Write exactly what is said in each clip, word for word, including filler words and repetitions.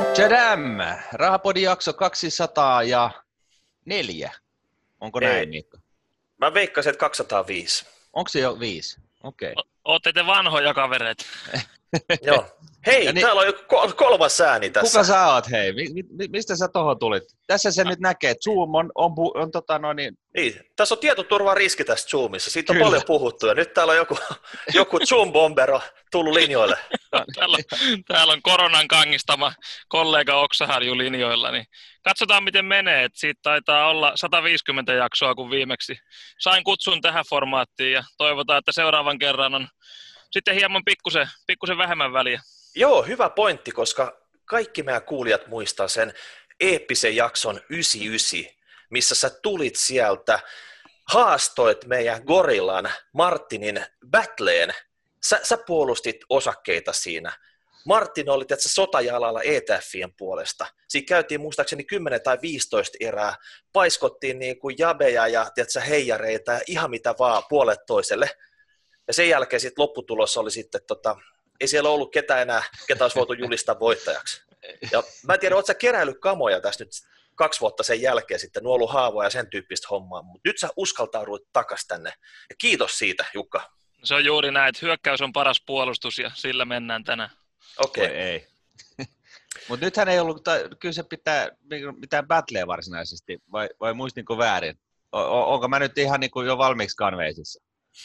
Tchadam! Rahapodin jakso kaksisataaneljä. Onko näin, Ei. Mikko? Mä veikkasin, että kaksisataaviisi. Onko se jo viisi? Okei. Okay. Ootte te vanhoja kavereita. Joo. Hei, niin, täällä on jo kolmas ääni tässä. Kuka sä oot, hei? Mi- mi- mistä sä tohon tulit? Tässä se nyt näkee, että Zoom on, on, on, on tota no niin... Niin, tässä on tietoturvan riski tässä Zoomissa. Siitä on Kyllä. paljon puhuttu ja nyt täällä on joku, joku Zoom-bombero tullut linjoille. Täällä, on, täällä on koronan kangistama kollega Oksaharju linjoilla. Niin katsotaan, miten menee. Et siitä taitaa olla sata viisikymmentä jaksoa, kun viimeksi sain kutsun tähän formaattiin ja toivotaan, että seuraavan kerran on sitten hieman pikkusen, pikkusen vähemmän väliä. Joo, hyvä pointti, koska kaikki meidän kuulijat muistaa sen eeppisen jakson yhdeksänkymmentäyhdeksän, missä sä tulit sieltä, haastoit meidän gorillan Martinin battleen. Sä, sä puolustit osakkeita siinä. Martin oli tietysti sotajalalla E T F:ien puolesta. Siinä käytiin muistaakseni kymmenen tai viisitoista erää, paiskottiin niin kuin jabeja ja tietysti heijareita ja ihan mitä vaan puolet toiselle. Ja sen jälkeen sitten lopputulos oli sitten, tota, ei siellä ollut ketään enää, ketä olisi voitu julistaa voittajaksi. Ja mä en tiedä, ootko sä keräillyt kamoja tässä nyt kaksi vuotta sen jälkeen sitten, nuolu haavoja ja sen tyyppistä hommaa, mutta nyt sä uskaltauduit takas tänne. Ja kiitos siitä, Jukka. Se on juuri näin, että hyökkäys on paras puolustus ja sillä mennään tänään. Okei. Okay. Ei. Mutta nythän ei ollut, kyllä se pitää mitään battleja varsinaisesti, vai, vai muistinko väärin? O, onko mä nyt ihan niin kuin jo valmiiksi kanveisissa?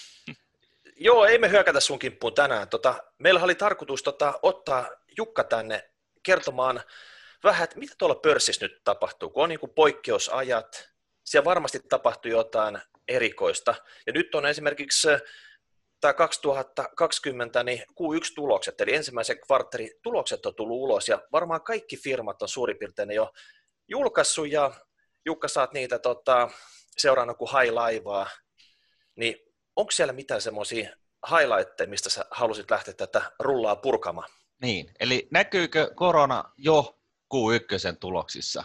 Joo, ei me hyökätä sun kimppuun tänään. Tota, meillä oli tarkoitus tota, ottaa Jukka tänne kertomaan vähän, että mitä tuolla pörssissä nyt tapahtuu, kun on niin kuin poikkeusajat, siellä varmasti tapahtuu jotain erikoista. Ja nyt on esimerkiksi tämä kaksituhattakaksikymmentä niin Q yksi-tulokset, eli ensimmäisen kvartterin tulokset on tullut ulos, ja varmaan kaikki firmat on suurin piirtein jo julkaissut, ja Jukka, saat niitä tota, seuraana kuin high-laivaa, niin onko siellä mitään semmoisia highlightteja, mistä sä halusit lähteä tätä rullaa purkamaan? Niin, eli näkyykö korona jo Q yksi tuloksissa?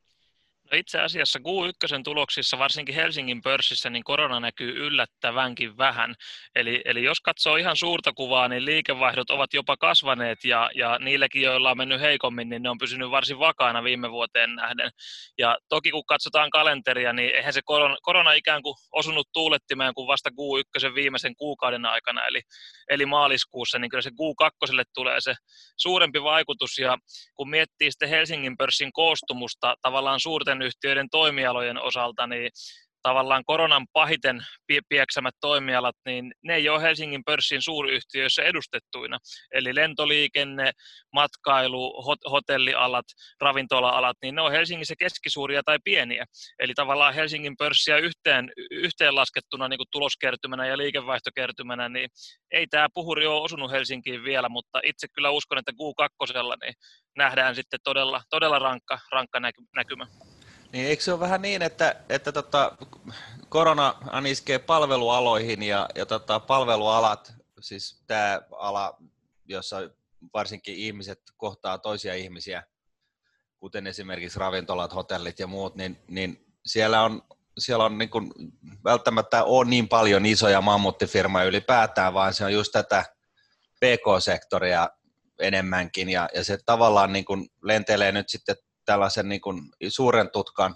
No itse asiassa Q yksi tuloksissa, varsinkin Helsingin pörssissä, niin korona näkyy yllättävänkin vähän. Eli, eli jos katsoo ihan suurta kuvaa, niin liikevaihdot ovat jopa kasvaneet ja, ja niilläkin, joilla on mennyt heikommin, niin ne on pysynyt varsin vakaana viime vuoteen nähden. Ja toki kun katsotaan kalenteria, niin eihän se korona, korona ikään kuin osunut tuulettimeen kuin vasta Q yksi viimeisen kuukauden aikana, eli, eli maaliskuussa, niin kyllä se Q kaksi tulee se suurempi vaikutus. Ja kun miettii sitten Helsingin pörssin koostumusta tavallaan suurten yhtiöiden toimialojen osalta, niin tavallaan koronan pahiten pieksämät toimialat, niin ne ei ole Helsingin pörssin suuryhtiöissä edustettuina. Eli lentoliikenne, matkailu, hotellialat, ravintola-alat, niin ne on Helsingissä keskisuuria tai pieniä. Eli tavallaan Helsingin pörssiä yhteen, yhteenlaskettuna niin kuin tuloskertymänä ja liikevaihtokertymänä, niin ei tämä puhuri ole osunut Helsinkiin vielä, mutta itse kyllä uskon, että Q kaksi niin nähdään sitten todella, todella rankka, rankka näkymä. Niin eikö se ole vähän niin, että, että tota, korona iskee palvelualoihin ja, ja tota, palvelualat, siis tämä ala, jossa varsinkin ihmiset kohtaa toisia ihmisiä, kuten esimerkiksi ravintolat, hotellit ja muut, niin, niin siellä on, siellä on niin kuin, välttämättä on niin paljon isoja mammuttifirmoja ylipäätään, vaan se on just tätä P K-sektoria enemmänkin ja, ja se tavallaan niin kuin lentelee nyt sitten tällaisen niin kuin suuren tutkan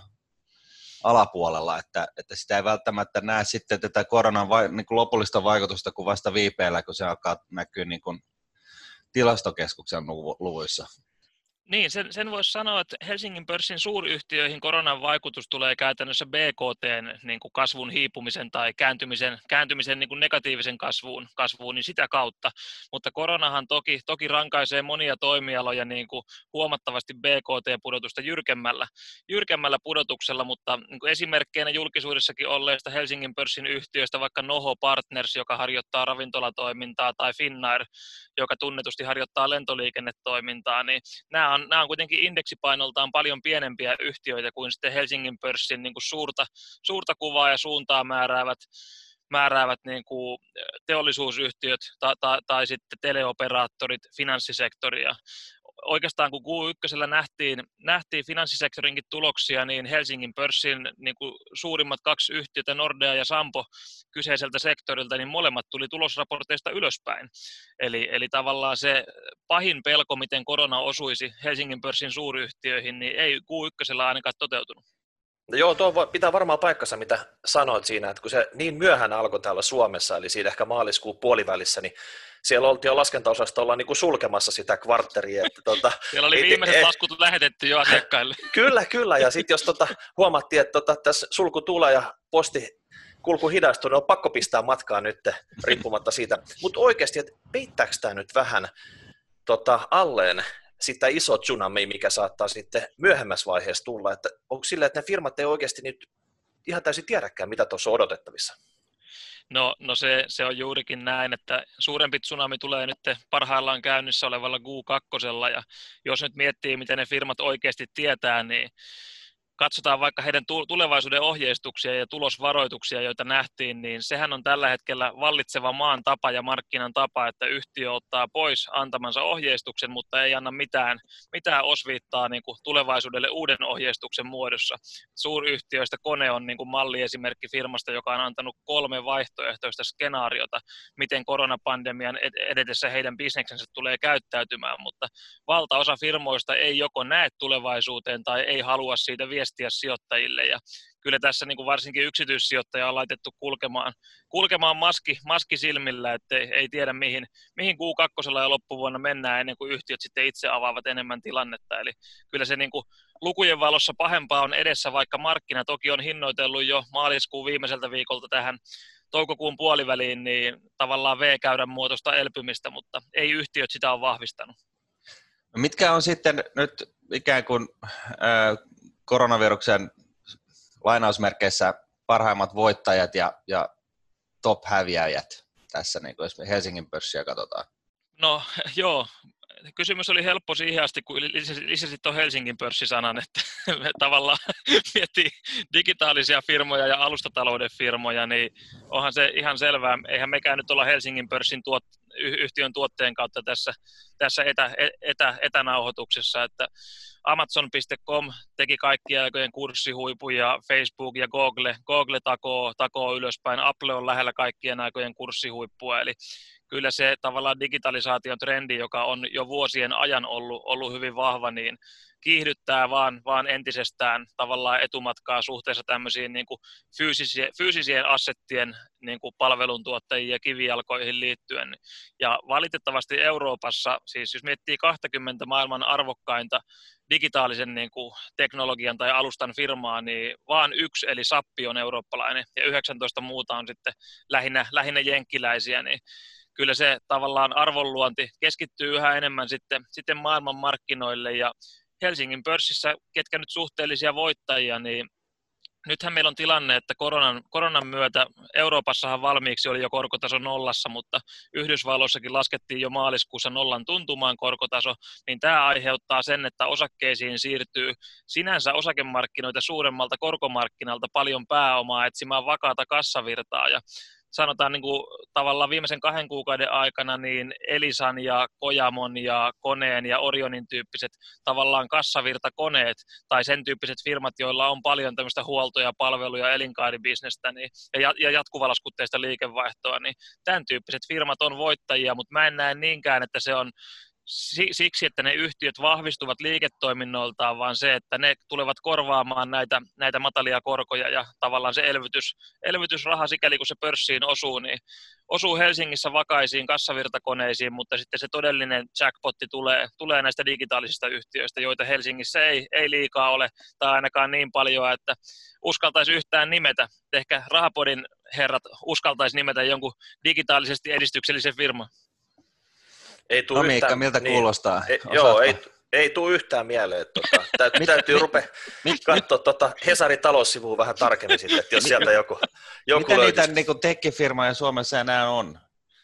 alapuolella, että, että sitä ei välttämättä näe sitten tätä koronan vai, niin kuin lopullista vaikutusta kuin vasta viipeellä, kun se alkaa näkyä niin kuin tilastokeskuksen luvuissa. Niin, sen, sen voisi sanoa, että Helsingin pörssin suuryhtiöihin koronan vaikutus tulee käytännössä B K T:n niin kuin kasvun hiipumisen tai kääntymisen, kääntymisen niin kuin negatiivisen kasvuun, kasvuun, niin sitä kautta. Mutta koronahan toki, toki rankaisee monia toimialoja niin kuin huomattavasti B K T-pudotusta jyrkemmällä, jyrkemmällä pudotuksella, mutta niin kuin esimerkkeinä julkisuudessakin olleista Helsingin pörssin yhtiöistä, vaikka Noho Partners, joka harjoittaa ravintolatoimintaa, tai Finnair, joka tunnetusti harjoittaa lentoliikennetoimintaa, niin nämä on, nämä on kuitenkin indeksipainoltaan paljon pienempiä yhtiöitä kuin sitten Helsingin pörssin niin kuin suurta, suurta kuvaa ja suuntaa määräävät, määräävät niin kuin teollisuusyhtiöt tai, tai, tai sitten teleoperaattorit, finanssisektoria. oikeastaan kun Q yksi nähtiin, nähtiin finanssisektorinkin tuloksia, niin Helsingin pörssin niin kuin suurimmat kaksi yhtiötä, Nordea ja Sampo kyseiseltä sektorilta, niin molemmat tuli tulosraporteista ylöspäin. Eli, eli tavallaan se pahin pelko, miten korona osuisi Helsingin pörssin suuryhtiöihin, niin ei Q yksi ainakaan toteutunut. No joo, tuo pitää varmaan paikkansa, mitä sanoit siinä, että kun se niin myöhään alkoi täällä Suomessa, eli siinä ehkä maaliskuun puolivälissä, niin siellä oltiin jo laskentaosastolla niin kuin sulkemassa sitä kvartteria. Että tuota, siellä oli viimeiset laskut lähetetty jo asiakkaille. Kyllä, kyllä, ja sitten jos tuota, huomattiin, että tuota, tässä sulku tulee ja posti kulku hidastuu, niin on pakko pistää matkaa nyt, riippumatta siitä. Mutta oikeasti, että peittääkö tämä nyt vähän tota, alleen sitä iso tsunami, mikä saattaa sitten myöhemmässä vaiheessa tulla, että onko silleen, että ne firmat ei oikeasti nyt ihan täysin tiedäkään, mitä tuossa on odotettavissa? No, no se, se on juurikin näin, että suurempi tsunami tulee nyt parhaillaan käynnissä olevalla Q kaksi, ja jos nyt miettii, miten ne firmat oikeasti tietää, niin katsotaan vaikka heidän tulevaisuuden ohjeistuksia ja tulosvaroituksia, joita nähtiin, niin sehän on tällä hetkellä vallitseva maan tapa ja markkinan tapa, että yhtiö ottaa pois antamansa ohjeistuksen, mutta ei anna mitään, mitään osviittaa niin kuin tulevaisuudelle uuden ohjeistuksen muodossa. Suuryhtiöistä Kone on niin kuin malliesimerkki firmasta, joka on antanut kolme vaihtoehtoista skenaariota, miten koronapandemian edetessä heidän bisneksensä tulee käyttäytymään, mutta valtaosa firmoista ei joko näe tulevaisuuteen tai ei halua siitä viestiä sijoittajille, ja kyllä tässä niin kuin varsinkin yksityissijoittaja on laitettu kulkemaan, kulkemaan maski, maski silmillä, että ei, ei tiedä mihin, mihin Q kaksi ja loppuvuonna mennään ennen kuin yhtiöt sitten itse avaavat enemmän tilannetta, eli kyllä se niin kuin lukujen valossa pahempaa on edessä, vaikka markkina toki on hinnoitellut jo maaliskuun viimeiseltä viikolta tähän toukokuun puoliväliin, niin tavallaan V-käyrän muotoista elpymistä, mutta ei yhtiöt sitä ole vahvistanut. No mitkä on sitten nyt ikään kuin äh, koronaviruksen lainausmerkeissä parhaimmat voittajat ja, ja top-häviäjät tässä, niin kuin jos Helsingin pörssiä katsotaan? No joo, kysymys oli helppo siihen asti, kun lisäsit tuon Helsingin pörssisanan, että me tavallaan miettii digitaalisia firmoja ja alustatalouden firmoja, niin onhan se ihan selvää. Eihän mekään nyt olla Helsingin pörssin tuot, yhtiön tuotteen kautta tässä, tässä etä, etä, etänauhoituksessa, että Amazon piste com teki kaikkien aikojen kurssihuipun ja Facebook ja Google, Google takoo, takoo ylöspäin. Apple on lähellä kaikkien aikojen kurssihuippua, eli kyllä se tavallaan digitalisaation trendi, joka on jo vuosien ajan ollut, ollut hyvin vahva, niin kiihdyttää vaan, vaan entisestään tavallaan etumatkaa suhteessa tämmöisiin niin kuin fyysisien, fyysisien assettien niin kuin palveluntuottajiin ja kivijalkoihin liittyen. Ja valitettavasti Euroopassa, siis jos miettii kaksikymmentä maailman arvokkainta digitaalisen niin kuin teknologian tai alustan firmaa, niin vaan yksi eli Sappi on eurooppalainen ja yhdeksäntoista muuta on sitten lähinnä, lähinnä jenkkiläisiä, niin kyllä se tavallaan arvonluonti keskittyy yhä enemmän sitten, sitten maailman markkinoille, ja Helsingin pörssissä, ketkä nyt suhteellisia voittajia, niin nythän meillä on tilanne, että koronan, koronan myötä Euroopassahan valmiiksi oli jo korkotaso nollassa, mutta Yhdysvalloissakin laskettiin jo maaliskuussa nollan tuntumaan korkotaso, niin tämä aiheuttaa sen, että osakkeisiin siirtyy sinänsä osakemarkkinoita suuremmalta korkomarkkinalta paljon pääomaa etsimään vakaata kassavirtaa, ja sanotaan niin kuin tavallaan viimeisen kahden kuukauden aikana niin Elisan ja Kojamon ja Koneen ja Orionin tyyppiset tavallaan kassavirtakoneet tai sen tyyppiset firmat, joilla on paljon tämmöistä huoltoja, palveluja, elinkaaribisnestä niin, ja, ja jatkuvalaskutteista liikevaihtoa, niin tämän tyyppiset firmat on voittajia, mutta mä en näe niinkään, että se on siksi, että ne yhtiöt vahvistuvat liiketoiminnoiltaan, vaan se, että ne tulevat korvaamaan näitä, näitä matalia korkoja ja tavallaan se elvytys, elvytysraha, sikäli kun se pörssiin osuu, niin osuu Helsingissä vakaisiin kassavirtakoneisiin, mutta sitten se todellinen jackpotti tulee, tulee näistä digitaalisista yhtiöistä, joita Helsingissä ei, ei liikaa ole, tai ainakaan niin paljon, että uskaltaisi yhtään nimetä. Ehkä Rahapodin herrat uskaltaisi nimetä jonkun digitaalisesti edistyksellisen firman. Ei no Miikka, yhtään, miltä niin, kuulostaa? Ei, joo, ei, ei tule yhtään mieleen. Tota, täytyy täytyy rupea katsoa tota Hesarin taloussivua vähän tarkemmin sitten, että jos sieltä joku, joku mitä löytyisi. niitä niin tekkifirmoja Suomessa enää on?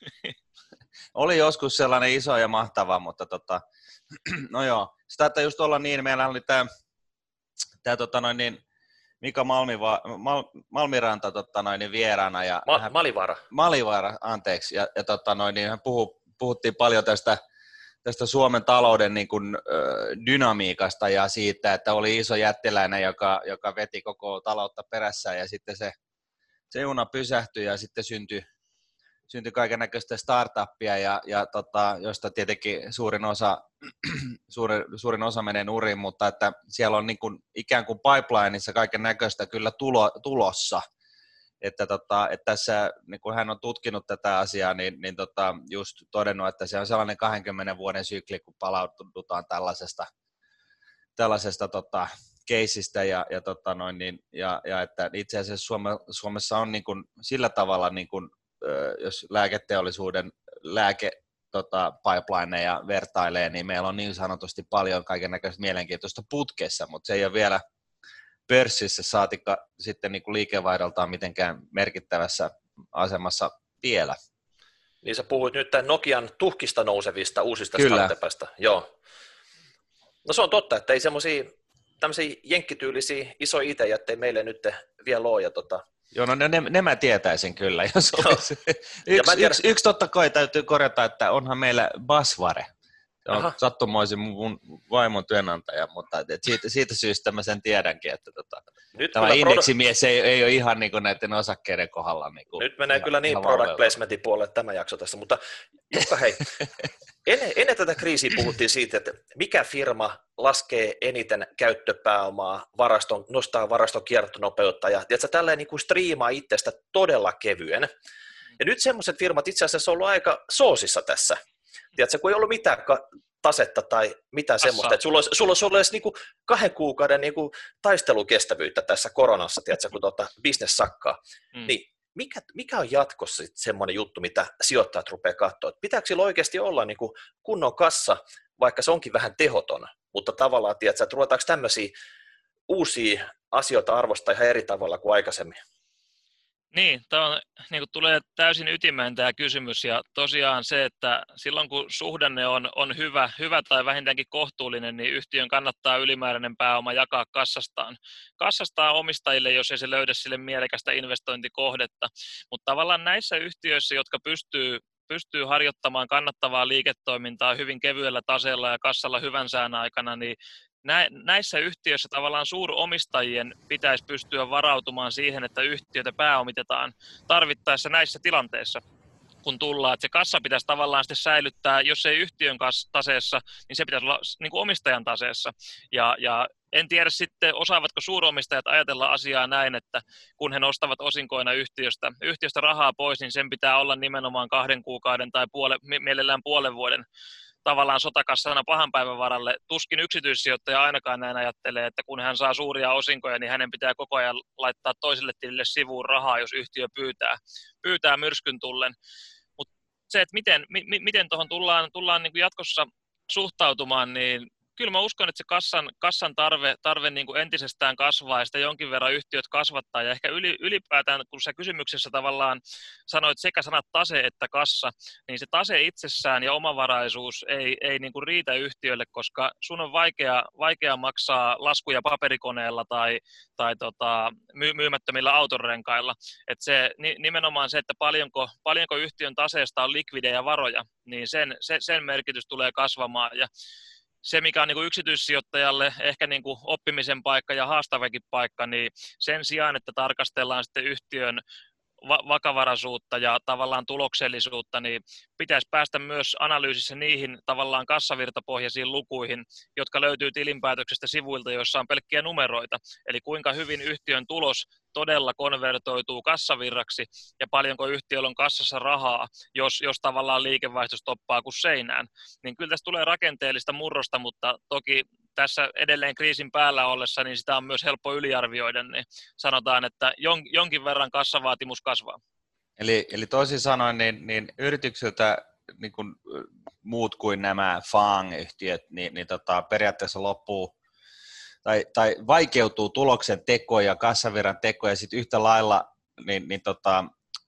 Oli joskus sellainen iso ja mahtava, mutta tota, no joo. Se taitaa just olla niin, meillä oli tämä tää, tota noin niin, Mika Malmiva, Mal, Malmiranta tota noin niin vieraana. Ja Ma, hän, Malivaara. Malivaara, anteeksi. Ja, ja tota noin niin hän puhui puhuttiin paljon tästä tästä Suomen talouden niin kuin, dynamiikasta ja siitä, että oli iso jättiläinen, joka, joka veti koko taloutta perässään ja sitten se, se juna pysähtyi ja sitten syntyi, syntyi kaiken näköistä startuppia, ja, ja tota, josta tietenkin suurin osa, suurin, suurin osa menee nurin, mutta että siellä on niin kuin, ikään kuin pipelineissa kaiken näköistä kyllä tulo, tulossa. Että, tota, että tässä, niin kun hän on tutkinut tätä asiaa, niin, niin tota, just todennut, että se on sellainen kahdenkymmenen vuoden sykli, kun palaudutaan tällaisesta, tällaisesta tota, keisistä, ja, ja, tota noin, niin, ja, ja että itse asiassa Suome, Suomessa on niin kun, sillä tavalla, niin kun, jos lääketeollisuuden lääke tota, pipelineja vertailee, niin meillä on niin sanotusti paljon kaikennäköistä mielenkiintoista putkessa, mutta se ei ole vielä pörssissä saatikka sitten niin kuin liikevaihdoltaan mitenkään merkittävässä asemassa vielä. Niin sä puhuit nyt tämän Nokian tuhkista nousevista uusista Kyllä. startupista. Joo. No se on totta, että ei semmoisia tämmöisiä jenkkityylisiä isoja itejättejä meille nyt vielä ole. Ja tota... Joo, no ne, ne, ne mä tietäisin kyllä, jos olisi. yksi, tiedä... yksi, yksi totta kai täytyy korjata, että onhan meillä Basware. Se on sattumoisin mun vaimon työnantaja, mutta et siitä, siitä syystä mä sen tiedänkin, että tota, tämä indeksimies ei, ei ole ihan niin kuin näiden osakkeiden kohdalla. Niin kuin nyt menee ihan, kyllä niin product placementin puolelle tämä jakso tässä, mutta Jukka, hei, ennen, ennen tätä kriisiä puhuttiin siitä, että mikä firma laskee eniten käyttöpääomaa, varaston, nostaa varaston kiertonopeutta ja tiedätkö, tälleen niin kuin striimaa itsestä todella kevyen. Ja nyt semmoiset firmat itse asiassa on ollut aika soosissa tässä. Tiedätkö, kun ei ollut mitään tasetta tai mitään Assa. semmoista, että sulla olisi, sulla olisi ollut edes niinku kahden kuukauden niinku taistelukestävyyttä tässä koronassa, tiedätkö, kun tuota business sakkaa, mm. niin mikä, mikä on jatkossa semmoinen juttu, mitä sijoittajat rupeaa katsoa, että pitääkö sillä oikeasti olla niinku kunnon kassa, vaikka se onkin vähän tehoton, mutta tavallaan, tiedätkö, että ruvetaanko tämmöisiä uusia asioita arvostaa ihan eri tavalla kuin aikaisemmin? Niin, tämä on, niin kuin tulee täysin ytimeen tämä kysymys, ja tosiaan se, että silloin kun suhdanne on, on hyvä, hyvä tai vähintäänkin kohtuullinen, niin yhtiön kannattaa ylimääräinen pääoma jakaa kassastaan. Kassastaan omistajille, jos ei se löydä sille mielekästä investointikohdetta, mutta tavallaan näissä yhtiöissä, jotka pystyy pystyy harjoittamaan kannattavaa liiketoimintaa hyvin kevyellä taseella ja kassalla hyvän sään aikana, niin näissä yhtiöissä tavallaan suuromistajien pitäisi pystyä varautumaan siihen, että yhtiötä pääomitetaan tarvittaessa näissä tilanteissa, kun tullaan. Että se kassa pitäisi tavallaan sitten säilyttää, jos ei yhtiön taseessa, niin se pitäisi olla niin kuin omistajan taseessa. Ja, ja en tiedä sitten, osaavatko suuromistajat ajatella asiaa näin, että kun he nostavat osinkoina yhtiöstä, yhtiöstä rahaa pois, niin sen pitää olla nimenomaan kahden kuukauden tai puole, mielellään puolen vuoden tavallaan sotakassana pahan päivän varalle. Tuskin yksityissijoittaja ainakaan näin ajattelee, että kun hän saa suuria osinkoja, niin hänen pitää koko ajan laittaa toiselle tilille sivuun rahaa, jos yhtiö pyytää, pyytää myrskyn tullen. Mutta se, että miten, mi, miten tuohon tullaan, tullaan niin kuin jatkossa suhtautumaan, niin kyllä mä uskon, että se kassan, kassan tarve, tarve niin kuin entisestään kasvaa ja sitä jonkin verran yhtiöt kasvattaa. Ja ehkä yli, ylipäätään, kun sä kysymyksessä tavallaan sanoit sekä sanat tase että kassa, niin se tase itsessään ja omavaraisuus ei, ei niin kuin riitä yhtiölle, koska sun on vaikea, vaikea maksaa laskuja paperikoneella tai, tai tota, my, myymättömillä autonrenkailla. Et se, nimenomaan se, että paljonko, paljonko yhtiön taseesta on likvidejä varoja, niin sen, se, sen merkitys tulee kasvamaan. Ja se, mikä on niin kuin yksityissijoittajalle ehkä niin kuin oppimisen paikka ja haastavakin paikka, niin sen sijaan, että tarkastellaan sitten yhtiön va- vakavaraisuutta ja tavallaan tuloksellisuutta, niin pitäisi päästä myös analyysissä niihin tavallaan kassavirtapohjaisiin lukuihin, jotka löytyy tilinpäätöksestä sivuilta, joissa on pelkkiä numeroita. Eli kuinka hyvin yhtiön tulos todella konvertoituu kassavirraksi ja paljonko yhtiöllä on kassassa rahaa, jos, jos tavallaan liikevaihto stoppaa kuin seinään. Niin kyllä tässä tulee rakenteellista murrosta, mutta toki tässä edelleen kriisin päällä ollessa, niin sitä on myös helppo yliarvioida, niin sanotaan, että jon, jonkin verran kassavaatimus kasvaa. Eli, eli toisin sanoen, niin, niin yrityksiltä niin kuin muut kuin nämä FAANG-yhtiöt, niin, niin tota, periaatteessa loppuu tai, tai vaikeutuu tuloksen teko ja kassavirran teko, ja sitten yhtä lailla niin, niin tota,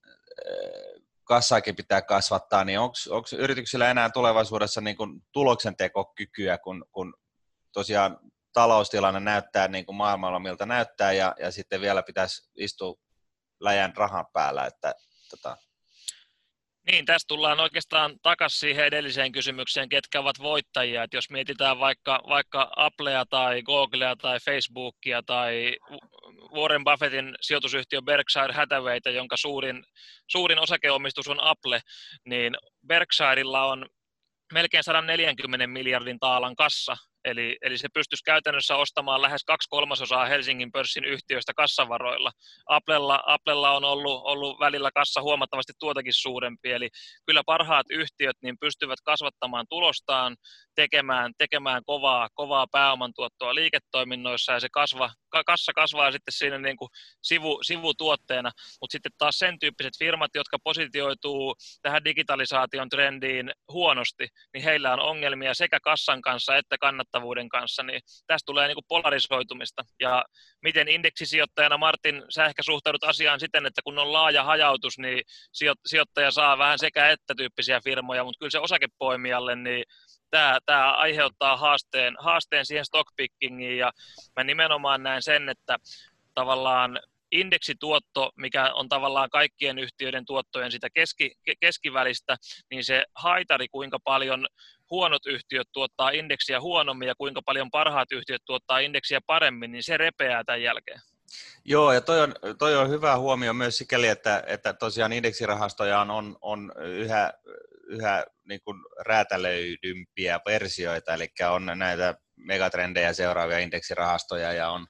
kassaakin pitää kasvattaa, niin onko yrityksillä enää tulevaisuudessa niin kuin tuloksen tekokykyä, kun, kun tosiaan taloustilanne näyttää niin kuin maailmalla miltä näyttää, ja, ja sitten vielä pitäisi istua läjän rahan päällä, että tota. Niin, tässä tullaan oikeastaan takaisin siihen edelliseen kysymykseen, ketkä ovat voittajia. Et jos mietitään vaikka, vaikka Applea tai Googlea tai Facebookia tai Warren Buffettin sijoitusyhtiö Berkshire Hathawayta, jonka suurin, suurin osakeomistus on Apple, niin Berkshirella on melkein sata neljäkymmentä miljardin taalan kassa, eli, eli se pystyisi käytännössä ostamaan lähes kaksi kolmasosaa Helsingin pörssin yhtiöistä kassavaroilla. Applella, Applella on ollut, ollut välillä kassa huomattavasti tuotakin suurempi, eli kyllä parhaat yhtiöt niin pystyvät kasvattamaan tulostaan, tekemään, tekemään kovaa, kovaa pääomantuottoa liiketoiminnoissa, ja se kasva, kassa kasvaa sitten siinä niin kuin sivu, sivutuotteena, mutta sitten taas sen tyyppiset firmat, jotka positioituu tähän digitalisaation trendiin huonosti, niin heillä on ongelmia sekä kassan kanssa että kannattavuuden kanssa, niin tästä tulee niin kuin polarisoitumista. Ja miten indeksisijoittajana, Martin, sä ehkä suhtaudut asiaan siten, että kun on laaja hajautus, niin sijoittaja saa vähän sekä että tyyppisiä firmoja, mutta kyllä se osakepoimijalle, niin Tämä, tämä aiheuttaa haasteen, haasteen siihen stockpickingiin, ja mä nimenomaan näen sen, että tavallaan indeksituotto, mikä on tavallaan kaikkien yhtiöiden tuottojen sitä keski, keskivälistä, niin se haitari, kuinka paljon huonot yhtiöt tuottaa indeksiä huonommin ja kuinka paljon parhaat yhtiöt tuottaa indeksiä paremmin, niin se repeää tämän jälkeen. Joo, ja toi on, toi on hyvä huomio myös sikäli, että, että tosiaan indeksirahastoja on, on yhä, yhä niin kuin räätälöidympiä versioita, eli on näitä megatrendejä seuraavia indeksirahastoja ja on,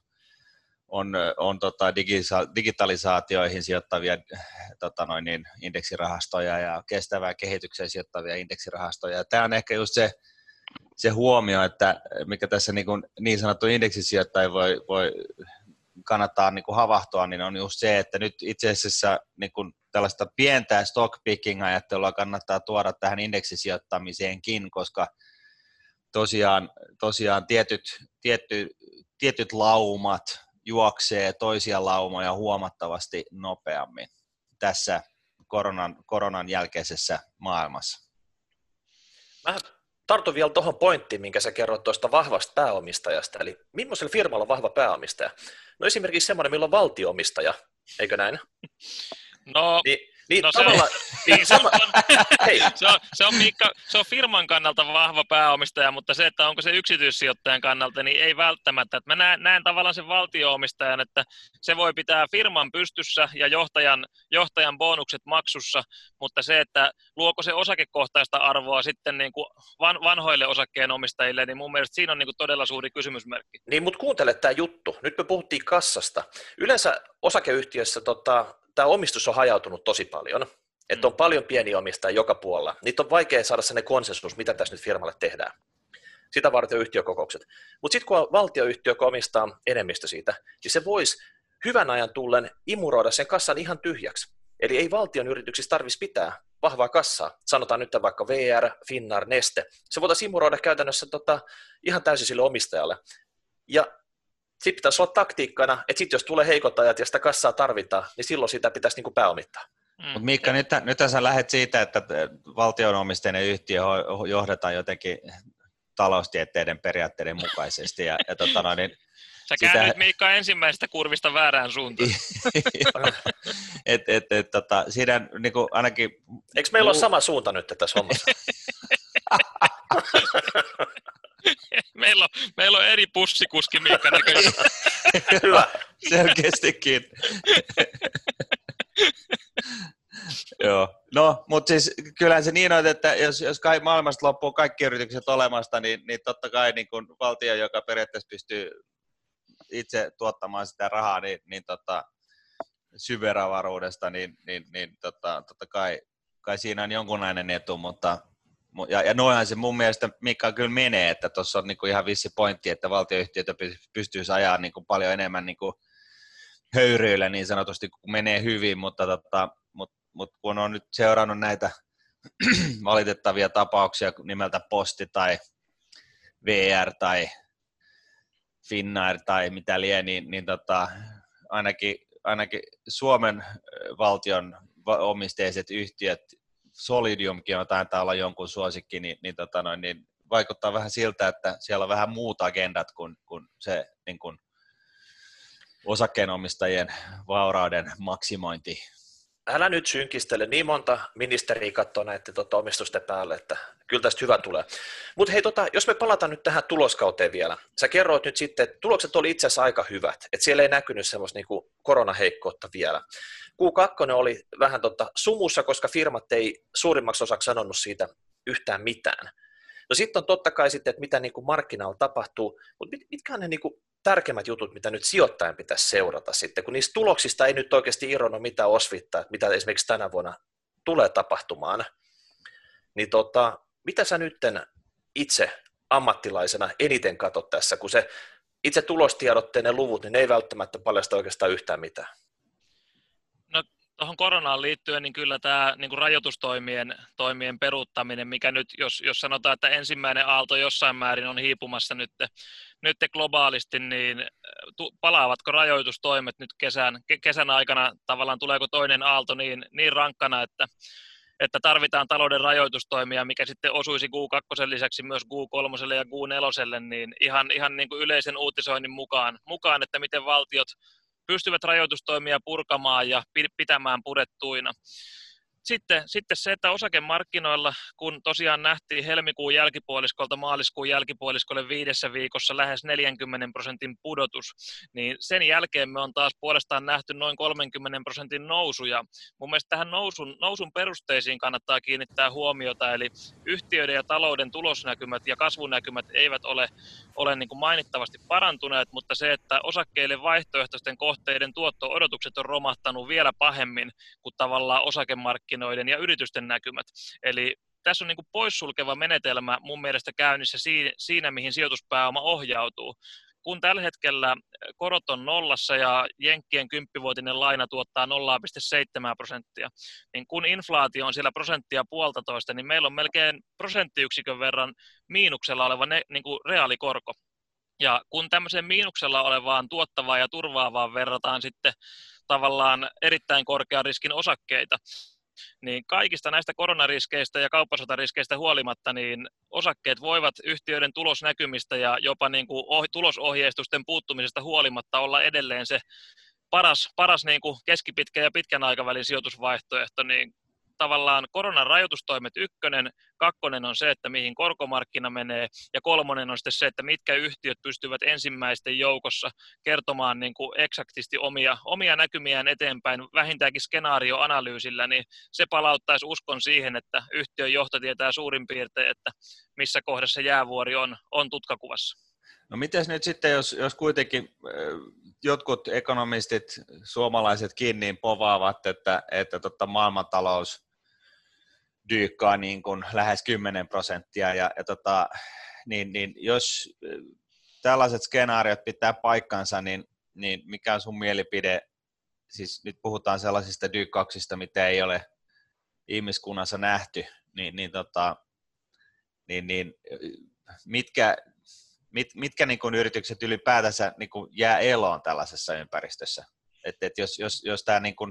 on, on tota digitalisaatioihin sijoittavia tota noin niin, indeksirahastoja ja kestävään kehitykseen sijoittavia indeksirahastoja. Ja tämä on ehkä just se, se huomio, että mikä tässä niin, kuin niin sanottu indeksisijoittaja voi, voi kannattaa niin kuin havahtua, niin on just se, että nyt itse asiassa niin kuin tällaista pientä stock picking ajattelua kannattaa tuoda tähän indeksisijoittamiseenkin, koska tosiaan, tosiaan tietyt, tietty, tietyt laumat juoksee toisia laumoja huomattavasti nopeammin tässä koronan, koronan jälkeisessä maailmassa. Mä tartun vielä tuohon pointtiin, minkä sä kerroit tuosta vahvasta pääomistajasta, eli millaisella firmalla on vahva pääomistaja? No esimerkiksi semmoinen, millä on valtio-omistaja, eikö näin? No, niin, niin no tavallaan, se, niin, sama, on, se, on, se, on, Miikka, se on firman kannalta vahva pääomistaja, mutta se, että onko se yksityissijoittajan kannalta, niin ei välttämättä. Että mä näen, näen tavallaan sen valtio-omistajan, että se voi pitää firman pystyssä ja johtajan, johtajan bonukset maksussa, mutta se, että luoko se osakekohtaista arvoa sitten niin kuin van, vanhoille osakkeenomistajille, niin mun mielestä siinä on niin kuin todella suuri kysymysmerkki. Niin, mutta kuuntele tämä juttu. Nyt me puhuttiin kassasta. Yleensä osakeyhtiössä tota, tämä omistus on hajautunut tosi paljon, että on paljon pieniä omistajia joka puolella. Niitä on vaikea saada sellainen konsensus, mitä tässä nyt firmalle tehdään. Sitä varten on yhtiökokoukset. Mutta sitten kun on valtioyhtiö, joka omistaa enemmistö siitä, niin se voisi hyvän ajan tullen imuroida sen kassan ihan tyhjäksi. Eli ei valtion yrityksissä tarvitsisi pitää vahvaa kassaa. Sanotaan nyt vaikka V R, Finnair, Neste. Se voitaisiin imuroida käytännössä tota, ihan täysin sille omistajalle. Ja sitten pitäisi olla taktiikkana, että sitten jos tulee heikot ajat ja sitä kassaa tarvitaan, niin silloin sitä pitäisi niinku pääomittaa. Mm. Mutta Miikka, nyt, nyt sä lähdet siitä, että valtionomisteinen yhtiö johdetaan jotenkin taloustieteiden periaatteiden mukaisesti. Ja, ja tota noin, niin sä sitä... käännyt Miikka ensimmäisestä kurvista väärään suuntaan. et, et, et, tota, siinä niin kuin ainakin... Eikö meillä ole sama suunta nyt tässä hommassa? meillä, on, meillä on eri pussikuski, Miikka näköjään. Hyvä. Selkeästikin. Joo. No, mutta siis kyllähän se niin on, että jos, jos kai maailmasta loppuu kaikki yritykset olemasta, niin, niin totta kai niin kun valtio, joka periaatteessa pystyy itse tuottamaan sitä rahaa, niin, niin tota, syveravaruudesta, niin, niin, niin tota, totta kai, kai siinä on jonkunlainen etu, mutta ja, ja noinhan se mun mielestä Mikka kyllä menee, että tuossa on niinku ihan vissi pointti, että valtioyhtiötä pystyisi ajaa niinku paljon enemmän niinku höyryillä niin sanotusti, kun menee hyvin, mutta tota, mut, mut kun on nyt seurannut näitä valitettavia tapauksia nimeltä Posti tai V R tai Finnair tai mitä lie, niin, niin tota, ainakin, ainakin Suomen valtion omisteiset yhtiöt, Solidiumkin on taitaa olla jonkun suosikki, niin, niin, tota noin, niin vaikuttaa vähän siltä, että siellä on vähän muut agendat kuin, kuin se niin kuin osakkeenomistajien vaurauden maksimointi. älä nyt synkistele, niin monta ministeriä katsoo näiden tota, omistusten päälle, että kyllä tästä hyvä tulee. Mutta hei, tota, jos me palataan nyt tähän tuloskauteen vielä. Sä kerroit nyt sitten, että tulokset oli itse asiassa aika hyvät, että siellä ei näkynyt semmoista niinku koronaheikkoutta vielä. Q kaksi oli vähän tota sumussa, koska firmat ei suurimmaksi osaksi sanonut siitä yhtään mitään. No sitten on totta kai sitten, että mitä niinku markkinoilla tapahtuu, mutta mit, mitkä on ne niinku tärkeimmät jutut, mitä nyt sijoittajan pitäisi seurata sitten, kun niistä tuloksista ei nyt oikeasti irronnut mitään osvittaa, mitä esimerkiksi tänä vuonna tulee tapahtumaan, niin tota, mitä sä nyt itse ammattilaisena eniten katsot tässä, kun se itse tulostiedotteinen luvut, niin ne ei välttämättä paljasta oikeastaan yhtään mitään. No tuohon koronaan liittyen, niin kyllä tämä niin kuin rajoitustoimien toimien peruuttaminen, mikä nyt, jos, jos sanotaan, että ensimmäinen aalto jossain määrin on hiipumassa nyt, nyt globaalisti, niin tu, palaavatko rajoitustoimet nyt kesän, kesän aikana, tavallaan tuleeko toinen aalto niin, niin rankkana, että, että tarvitaan talouden rajoitustoimia, mikä sitten osuisi Q kaksi lisäksi myös Q kolme ja Q neljä, niin ihan, ihan niin kuin yleisen uutisoinnin mukaan, mukaan, että miten valtiot pystyvät rajoitustoimia purkamaan ja pitämään purettuina. Sitten, sitten se, että osakemarkkinoilla, kun tosiaan nähtiin helmikuun jälkipuoliskolta maaliskuun jälkipuoliskolle viidessä viikossa lähes neljänkymmenen prosentin pudotus, niin sen jälkeen me on taas puolestaan nähty noin kolmenkymmenen prosentin nousuja. Mun mielestä tähän nousun, nousun perusteisiin kannattaa kiinnittää huomiota, eli yhtiöiden ja talouden tulosnäkymät ja kasvunäkymät eivät ole, ole niin kuin mainittavasti parantuneet, mutta se, että osakkeille vaihtoehtoisten kohteiden tuotto-odotukset on romahtanut vielä pahemmin kuin tavallaan osakemarkkinoilla ja yritysten näkymät. Eli tässä on niin kuin poissulkeva menetelmä mun mielestä käynnissä siinä, siinä, mihin sijoituspääoma ohjautuu. Kun tällä hetkellä korot on nollassa ja jenkkien kymppivuotinen laina tuottaa nolla pilkku seitsemän prosenttia, niin kun inflaatio on siellä prosenttia puolitoista, niin meillä on melkein prosenttiyksikön verran miinuksella oleva ne, niin kuin reaalikorko. Ja kun tämmöiseen miinuksella olevaan tuottavaan ja turvaavaan verrataan sitten tavallaan erittäin korkean riskin osakkeita, niin kaikista näistä koronariskeistä ja kauppasotariskeistä huolimatta, niin osakkeet voivat yhtiöiden tulosnäkymistä ja jopa niin kuin oh, tulosohjeistusten puuttumisesta huolimatta olla edelleen se paras, paras niin kuin keskipitkän ja pitkän aikavälin sijoitusvaihtoehto, niin tavallaan koronan rajoitustoimet ykkönen, kakkonen on se, että mihin korkomarkkina menee, ja kolmonen on sitten se, että mitkä yhtiöt pystyvät ensimmäisten joukossa kertomaan niin kuin eksaktisti omia, omia näkymiään eteenpäin, vähintäänkin skenaarioanalyysillä, niin se palauttaisi uskon siihen, että yhtiön johto tietää suurin piirtein, että missä kohdassa jäävuori on, on tutkakuvassa. No mites nyt sitten, jos, jos kuitenkin jotkut ekonomistit, suomalaisetkin, niin povaavat, että, että totta maailmantalous dyykkaa niin kuin lähes kymmenen prosenttia, ja, ja tota, niin, niin jos tällaiset skenaariot pitää paikkansa, niin, niin mikä on sun mielipide, siis nyt puhutaan sellaisista dyykkauksista, mitä ei ole ihmiskunnassa nähty, niin, niin, tota, niin, niin mitkä, mit, mitkä niin kuin yritykset ylipäätänsä niin kuin jää eloon tällaisessa ympäristössä, että et jos, jos, jos tämä niin kuin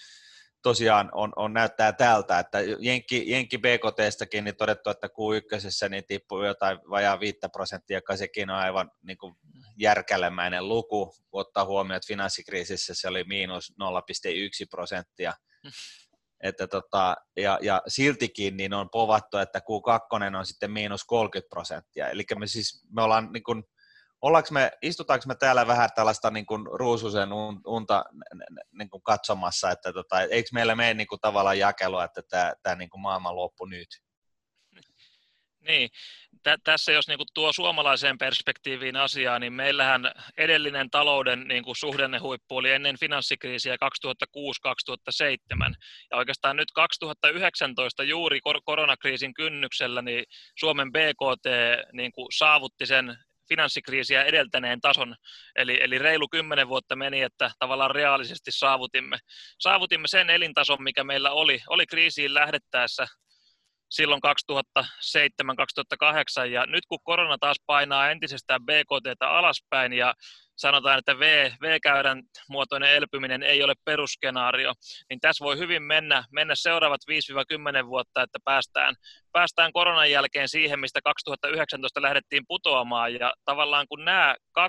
tosiaan on, on, näyttää tältä, että Jenkki, Jenkki B K T:stäkin niin todettu, että Q yksi niin tippuu jotain vajaa viittä prosenttia, joka sekin on aivan niin kuin järkälemäinen luku, kun ottaa huomioon, että finanssikriisissä se oli miinus nolla pilkku yksi prosenttia. Että tota, ja, ja siltikin niin on povattu, että Q kaksi on sitten miinus kolmekymmentä prosenttia. Eli me siis me ollaan niin kuin, ollaanko me, istutaanko me täällä vähän tällaista niin kuin ruususen unta niin kuin katsomassa, että tota, eikö meillä mene niin kuin tavallaan jakelua, että tämä, tämä niin kuin maailman loppu nyt? Niin, Tä, tässä jos niinku tuo suomalaiseen perspektiiviin asiaa, niin meillähän edellinen talouden niinku suhdannehuippu oli ennen finanssikriisiä kaksituhattakuusi kaksituhattaseitsemän. Ja oikeastaan nyt kaksituhattayhdeksäntoista juuri kor- koronakriisin kynnyksellä niin Suomen B K T niinku saavutti sen finanssikriisiä edeltäneen tason, eli, eli reilu kymmenen vuotta meni, että tavallaan reaalisesti saavutimme, saavutimme sen elintason, mikä meillä oli, oli kriisiin lähdettäessä silloin kaksituhattaseitsemän kaksituhattakahdeksan, ja nyt kun korona taas painaa entisestään B K T:tä alaspäin, ja sanotaan, että V, V-käyrän muotoinen elpyminen ei ole perusskenaario, niin tässä voi hyvin mennä, mennä seuraavat viisi kymmenen vuotta, että päästään, päästään koronan jälkeen siihen, mistä kaksituhattayhdeksäntoista lähdettiin putoamaan, ja tavallaan kun nämä kaksi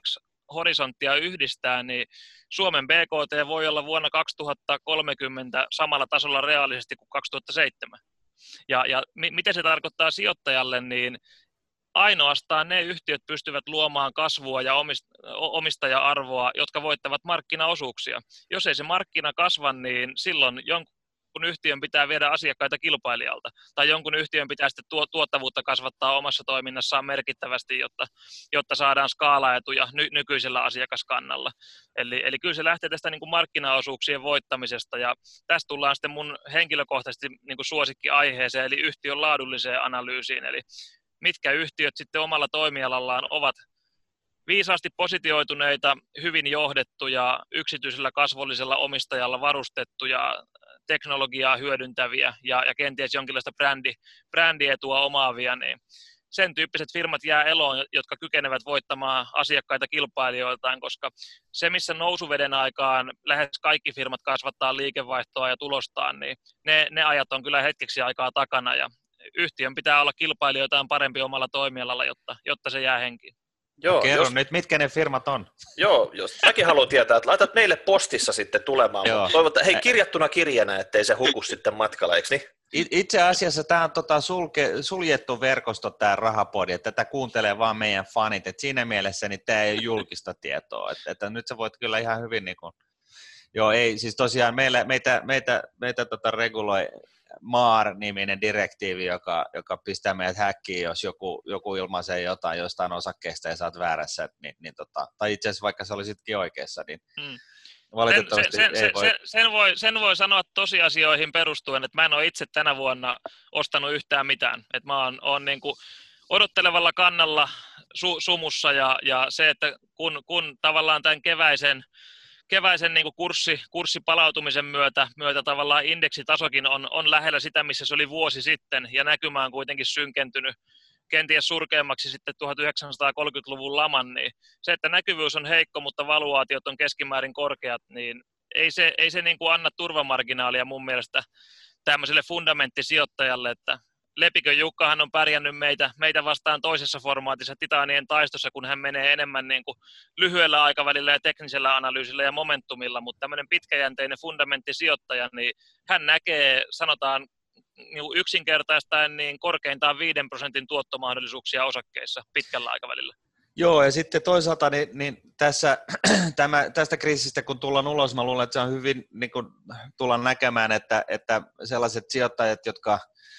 horisonttia yhdistää, niin Suomen B K T voi olla vuonna kaksituhattakolmekymmentä samalla tasolla reaalisesti kuin kaksituhattaseitsemän. Ja, ja miten se tarkoittaa sijoittajalle, niin ainoastaan ne yhtiöt pystyvät luomaan kasvua ja omistaja-arvoa, jotka voittavat markkinaosuuksia. Jos ei se markkina kasva, niin silloin jonkun yhtiön pitää viedä asiakkaita kilpailijalta, tai jonkun yhtiön pitää sitten tuottavuutta kasvattaa omassa toiminnassaan merkittävästi, jotta, jotta saadaan skaalaetuja ny, nykyisellä asiakaskannalla. Eli, eli kyllä se lähtee tästä niin kuin markkinaosuuksien voittamisesta, ja tästä tullaan sitten mun henkilökohtaisesti niin kuin suosikkiaiheeseen, eli yhtiön laadulliseen analyysiin, eli mitkä yhtiöt sitten omalla toimialallaan ovat viisaasti positioituneita, hyvin johdettuja, yksityisellä kasvollisella omistajalla varustettuja, teknologiaa hyödyntäviä ja, ja kenties jonkinlaista brändi, brändietua omaavia, niin sen tyyppiset firmat jää eloon, jotka kykenevät voittamaan asiakkaita kilpailijoiltaan, koska se, missä nousuveden aikaan lähes kaikki firmat kasvattaa liikevaihtoa ja tulostaan, niin ne, ne ajat on kyllä hetkeksi aikaa takana, ja yhtiön pitää olla kilpailijoitaan parempi omalla toimialalla, jotta, jotta se jää henkiin. Joo, Kerro jos... nyt, mitkä ne firmat on. Joo, jos mäkin haluan tietää, että laitat meille postissa sitten tulemaan. Toivottavasti, hei, kirjattuna kirjana, ettei se huku sitten matkalla, eikö niin? Itse asiassa tämä on tota sulke, suljettu verkosto, tämä Rahapodi, että tätä kuuntelee vaan meidän fanit, että siinä mielessä niin tämä ei ole julkista tietoa, että, että nyt sä voit kyllä ihan hyvin, niin kuin... joo, ei, siis tosiaan meillä, meitä, meitä, meitä tota reguloi M A R-niminen direktiivi, joka, joka pistää meidät häkkiin, jos joku, joku ilmaisee jotain jostain osakkeesta ja sä oot väärässä, niin, niin tota, tai itse asiassa vaikka sä olisitkin oikeassa, niin mm. valitettavasti sen, sen, ei voi. Sen, sen, voi, sen voi sanoa tosiasioihin perustuen, että mä en ole itse tänä vuonna ostanut yhtään mitään, että mä oon, oon niin kuin odottelevalla kannalla su, sumussa, ja, ja se, että kun, kun tavallaan tämän keväisen keväisen niin kuin kurssi, kurssipalautumisen myötä, myötä tavallaan indeksitasokin on, on lähellä sitä, missä se oli vuosi sitten, ja näkymä on kuitenkin synkentynyt kenties surkeammaksi sitten tuhatyhdeksänsataakolmekymmentäluvun laman, niin se, että näkyvyys on heikko, mutta valuaatiot on keskimäärin korkeat, niin ei se, ei se niin kuin anna turvamarginaalia mun mielestä tämmöiselle fundamenttisijoittajalle, että Lepikön Jukkahan on pärjännyt meitä, meitä vastaan toisessa formaatissa Titanien taistossa, kun hän menee enemmän niin kuin lyhyellä aikavälillä ja teknisellä analyysillä ja momentumilla, mutta tämmöinen pitkäjänteinen fundamenttisijoittaja, niin hän näkee, sanotaan niin kuin yksinkertaistaen, niin korkeintaan viiden prosentin tuottomahdollisuuksia osakkeissa pitkällä aikavälillä. Joo, ja sitten toisaalta niin, niin tässä, tämä, tästä kriisistä kun tullaan ulos, mä luulen, että se on hyvin, niin kuin tullaan näkemään, että, että sellaiset sijoittajat, jotka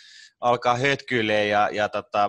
alkaa hötkyilemään ja, ja tota,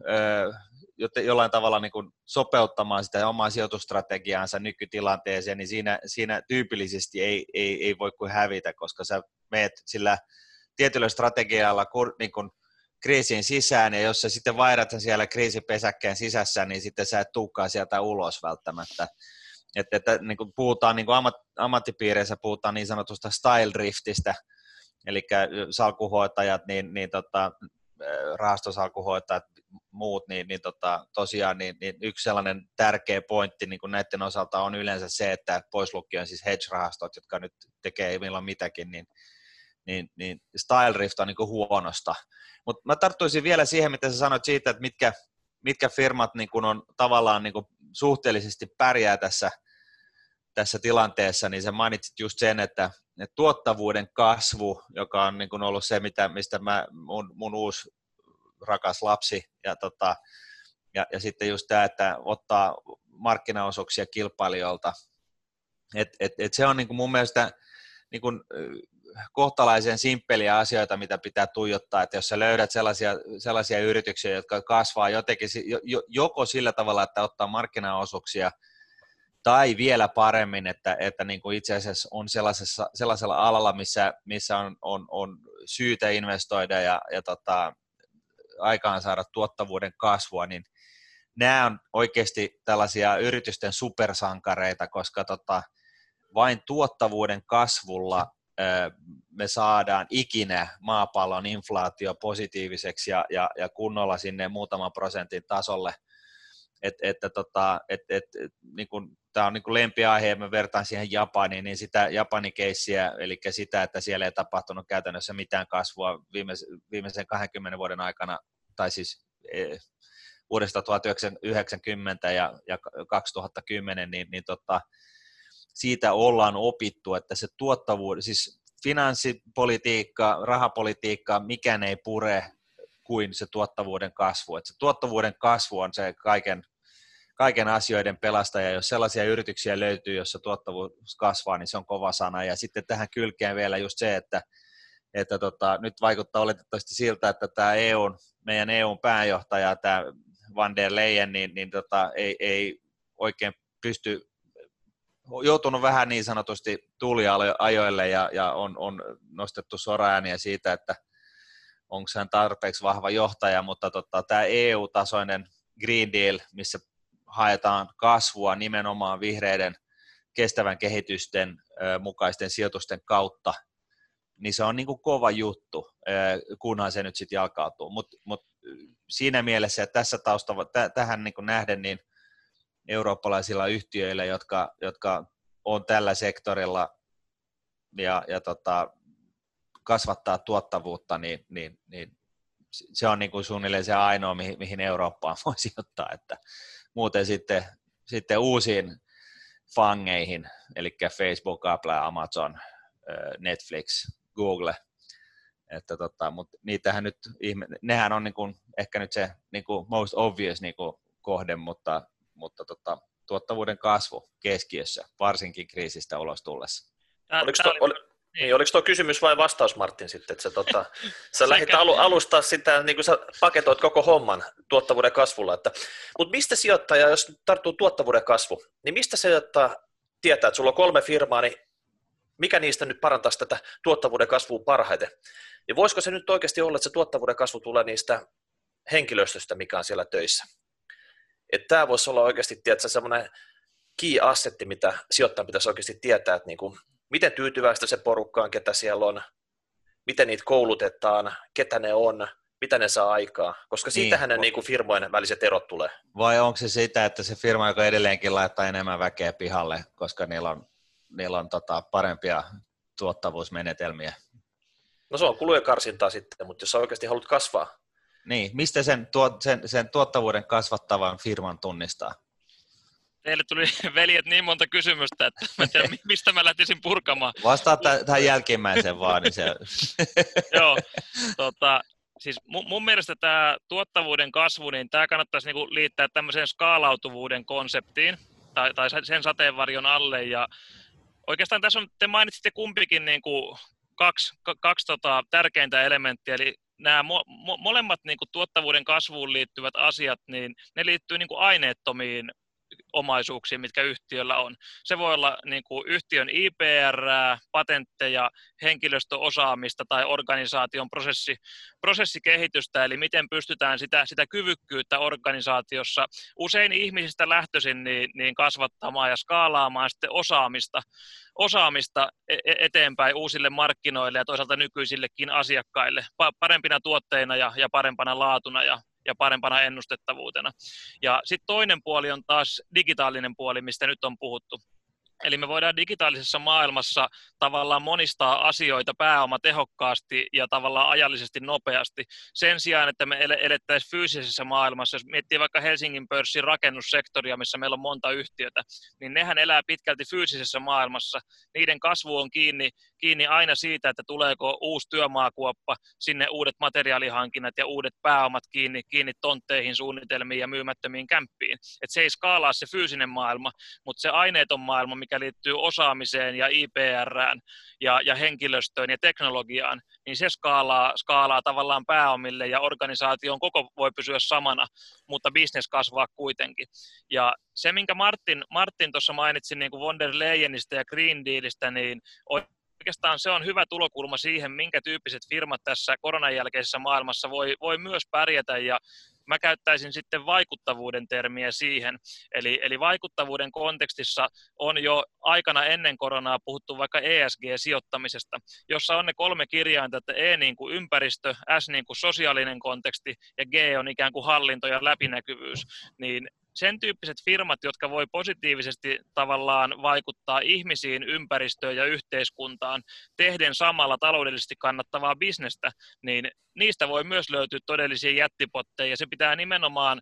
ö, jollain tavalla niin kuin sopeuttamaan sitä omaa sijoitustrategiaansa nykytilanteeseen, niin siinä, siinä tyypillisesti ei, ei, ei voi kuin hävitä, koska sä meet sillä tietyllä strategialla niin kuin kriisin sisään, ja jos sä sitten vaihdat siellä kriisipesäkkeen sisässä, niin sitten sä et tulekaan sieltä ulos välttämättä. Että, että niin kuin puhutaan niin kuin ammat, ammattipiireissä puhutaan niin sanotusta style driftistä, eli salkuhoitajat, niin, niin tota, rahastosalkuhoitajat, muut, niin, niin tota, tosiaan niin, niin yksi sellainen tärkeä pointti niin kuin näiden osalta on yleensä se, että pois lukien siis hedge-rahastot, jotka nyt tekee milloin mitäkin, niin, niin, niin style drift on niin kuin huonosta. Mutta mä tarttuisin vielä siihen, mitä sä sanoit siitä, että mitkä, mitkä firmat niin kuin on tavallaan niin kuin suhteellisesti pärjää tässä, tässä tilanteessa, niin sä mainitsit just sen, että, että tuottavuuden kasvu, joka on niin kuin ollut se, mitä, mistä mä, mun, mun uusi rakas lapsi, ja, tota, ja, ja sitten just tämä, että ottaa markkinaosuuksia kilpailijoilta, et, et, et se on niin kuin mun mielestä niin kuin kohtalaisen simppeliä asioita, mitä pitää tuijottaa, että jos sä löydät sellaisia, sellaisia yrityksiä, jotka kasvaa jotenkin, joko sillä tavalla, että ottaa markkinaosuuksia, tai vielä paremmin, että, että niin kuin itse asiassa on sellaisessa, sellaisella alalla, missä, missä on, on, on syytä investoida ja, ja tota, aikaan saada tuottavuuden kasvua, niin nämä on oikeasti tällaisia yritysten supersankareita, koska tota, vain tuottavuuden kasvulla me saadaan ikinä maapallon inflaatio positiiviseksi ja, ja, ja kunnolla sinne muutaman prosentin tasolle. Et, että tota, et, et, niin kun, tämä on niin kuin lempiaihe, ja mä vertaan siihen Japaniin, niin sitä Japanin keissiä, eli sitä, että siellä ei tapahtunut käytännössä mitään kasvua viimeisen, viimeisen kahdenkymmenen vuoden aikana, tai siis vuodesta tuhatyhdeksänsataayhdeksänkymmentä ja, ja kaksituhattakymmenen, niin, niin tota, siitä ollaan opittu, että se tuottavuus, siis finanssipolitiikka, rahapolitiikka, mikään ei pure kuin se tuottavuuden kasvu. Että se tuottavuuden kasvu on se kaiken, kaiken asioiden pelastaja. Jos sellaisia yrityksiä löytyy, jossa tuottavuus kasvaa, niin se on kova sana. Ja sitten tähän kylkeen vielä just se, että, että tota, nyt vaikuttaa oletettavasti siltä, että tämä E U:n, meidän E U:n pääjohtaja, tämä Van der Leyen, niin, niin tota, ei, ei oikein pysty, joutunut vähän niin sanotusti tuuliajoille ja, ja on, on nostettu soraääniä siitä, että onko hän tarpeeksi vahva johtaja, mutta tota, tämä E U-tasoinen Green Deal, missä haetaan kasvua nimenomaan vihreiden kestävän kehitysten ö, mukaisten sijoitusten kautta, niin se on niin kuin kova juttu, ö, kunhan se nyt sitten jalkautuu. Mutta mut siinä mielessä, että tässä taustalla, t- tähän niin kuin nähden, niin eurooppalaisilla yhtiöillä, jotka, jotka on tällä sektorilla ja, ja tota, kasvattaa tuottavuutta, niin, niin, niin se on niin kuin suunnilleen se ainoa, mihin, mihin Eurooppaan voi sijoittaa, että muuten sitten, sitten uusiin fangeihin, eli Facebook, Apple, Amazon, Netflix, Google, että tota, mutta niitähän nyt, nehän on niin kuin, ehkä nyt se niin kuin most obvious niin kuin kohde, mutta, mutta tota, tuottavuuden kasvu keskiössä, varsinkin kriisistä ulos tullessa. Oliko to, oli, niin, oliko tuo kysymys vai vastaus, Martin, sitten, että sä, tota, sä lähdit alu, alustaa sitä, niin kuin sä paketoit koko homman tuottavuuden kasvulla, että, mutta mistä sijoittaja, jos tarttuu tuottavuuden kasvu, niin mistä sijoittaja tietää, että sulla on kolme firmaa, niin mikä niistä nyt parantaisi tätä tuottavuuden kasvua parhaiten? Ja voisiko se nyt oikeasti olla, että se tuottavuuden kasvu tulee niistä henkilöstöstä, mikä on siellä töissä? Että tämä voisi olla oikeasti, tiedätkö, semmoinen key assetti, mitä sijoittajan pitäisi oikeasti tietää, että niin kuin, miten tyytyväistä se porukka on, ketä siellä on, miten niitä koulutetaan, ketä ne on, mitä ne saa aikaa, koska siitähän niin, ne niin kuin firmojen väliset erot tulee. Vai onko se sitä, että se firma, joka edelleenkin laittaa enemmän väkeä pihalle, koska niillä on, niillä on tota parempia tuottavuusmenetelmiä? No se on kulujen karsintaa sitten, mutta jos sä oikeasti haluat kasvaa. Niin, mistä sen, tuo, sen, sen tuottavuuden kasvattavan firman tunnistaa? Teille tuli, veljet, niin monta kysymystä, että mä en tiedä, mistä mä lähtisin purkamaan. Vastaa tähän jälkimmäiseen vaan. Niin se... Joo, tota, siis mun, mun mielestä tämä tuottavuuden kasvu, niin tämä kannattaisi niinku liittää tämmöiseen skaalautuvuuden konseptiin, tai, tai sen sateenvarjon alle, ja oikeastaan tässä on, te mainitsitte kumpikin niinku kaksi, kaksi tota, tärkeintä elementtiä, eli nämä mo, mo, molemmat niinku tuottavuuden kasvuun liittyvät asiat, niin ne liittyy niinku aineettomiin omaisuuksiin, mitkä yhtiöllä on. Se voi olla niin kuin yhtiön I P R, patentteja, henkilöstöosaamista tai organisaation prosessi, prosessikehitystä, eli miten pystytään sitä, sitä kyvykkyyttä organisaatiossa usein ihmisistä lähtöisin niin, niin kasvattamaan ja skaalaamaan sitten osaamista, osaamista eteenpäin uusille markkinoille ja toisaalta nykyisillekin asiakkaille parempina tuotteina ja, ja parempana laatuna ja ja parempana ennustettavuutena. Ja sitten toinen puoli on taas digitaalinen puoli, mistä nyt on puhuttu. Eli me voidaan digitaalisessa maailmassa tavallaan monistaa asioita pääomatehokkaasti ja tavallaan ajallisesti nopeasti. Sen sijaan, että me elettäisiin fyysisessä maailmassa, jos miettii vaikka Helsingin pörssin rakennussektoria, missä meillä on monta yhtiötä, niin nehän elää pitkälti fyysisessä maailmassa. Niiden kasvu on kiinni, kiinni aina siitä, että tuleeko uusi työmaakuoppa, sinne uudet materiaalihankinnat ja uudet pääomat kiinni, kiinni tontteihin, suunnitelmiin ja myymättömiin kämppiin. Et se ei skaalaa se fyysinen maailma, mutta se aineeton maailma, mikä liittyy osaamiseen ja I P R:ään ja, ja henkilöstöön ja teknologiaan, niin se skaalaa, skaalaa tavallaan pääomille ja organisaation koko voi pysyä samana, mutta business kasvaa kuitenkin. Ja se, minkä Martin, Martin tuossa mainitsi niin kuin von der Leyenistä ja Green Dealistä, niin oikeastaan se on hyvä tulokulma siihen, minkä tyyppiset firmat tässä koronan jälkeisessä maailmassa voi, voi myös pärjätä, ja mä käyttäisin sitten vaikuttavuuden termiä siihen. Eli, eli vaikuttavuuden kontekstissa on jo aikana ennen koronaa puhuttu vaikka E S G-sijoittamisesta, jossa on ne kolme kirjainta, että E niin kuin ympäristö, S niin kuin sosiaalinen konteksti ja G on ikään kuin hallinto ja läpinäkyvyys. Niin sen tyyppiset firmat, jotka voi positiivisesti tavallaan vaikuttaa ihmisiin, ympäristöön ja yhteiskuntaan, tehden samalla taloudellisesti kannattavaa bisnestä, niin niistä voi myös löytyä todellisia jättipotteja. Se pitää nimenomaan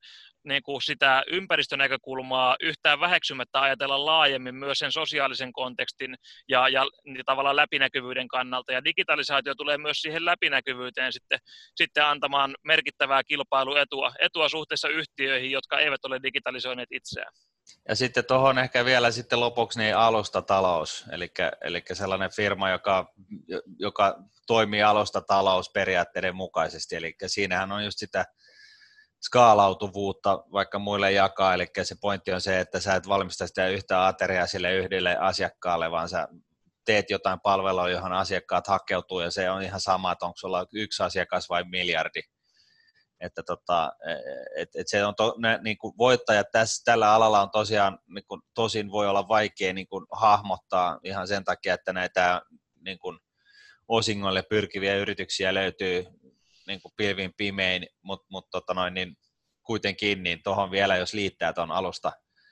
niin kuin sitä ympäristönäkökulmaa yhtään väheksymättä ajatella laajemmin myös sen sosiaalisen kontekstin ja, ja tavallaan läpinäkyvyyden kannalta. Ja digitalisaatio tulee myös siihen läpinäkyvyyteen sitten, sitten antamaan merkittävää kilpailuetua etua suhteessa yhtiöihin, jotka eivät ole digitalisoineet itseään. Ja sitten tuohon ehkä vielä sitten lopuksi niin alustatalous, eli, eli sellainen firma, joka, joka toimii alustatalousperiaatteiden mukaisesti, eli siinähän on just sitä skaalautuvuutta vaikka muille jakaa, eli se pointti on se, että sä et valmista sitä yhtä ateriaa sille yhdelle asiakkaalle, vaan sä teet jotain palvelua, johon asiakkaat hakeutuu, ja se on ihan sama, että onko sulla yksi asiakas vai miljardi. Että tota, et, et se on to, ne, niin kuin voittajat tässä, tällä alalla on tosiaan, niin kuin, tosin voi olla vaikea niin kuin, hahmottaa ihan sen takia, että näitä niin kuin, osingoille pyrkiviä yrityksiä löytyy niin kuin pilvin pimein, mutta mut, tota noin, niin kuitenkin niin tuohon vielä, jos liittää tuon alusta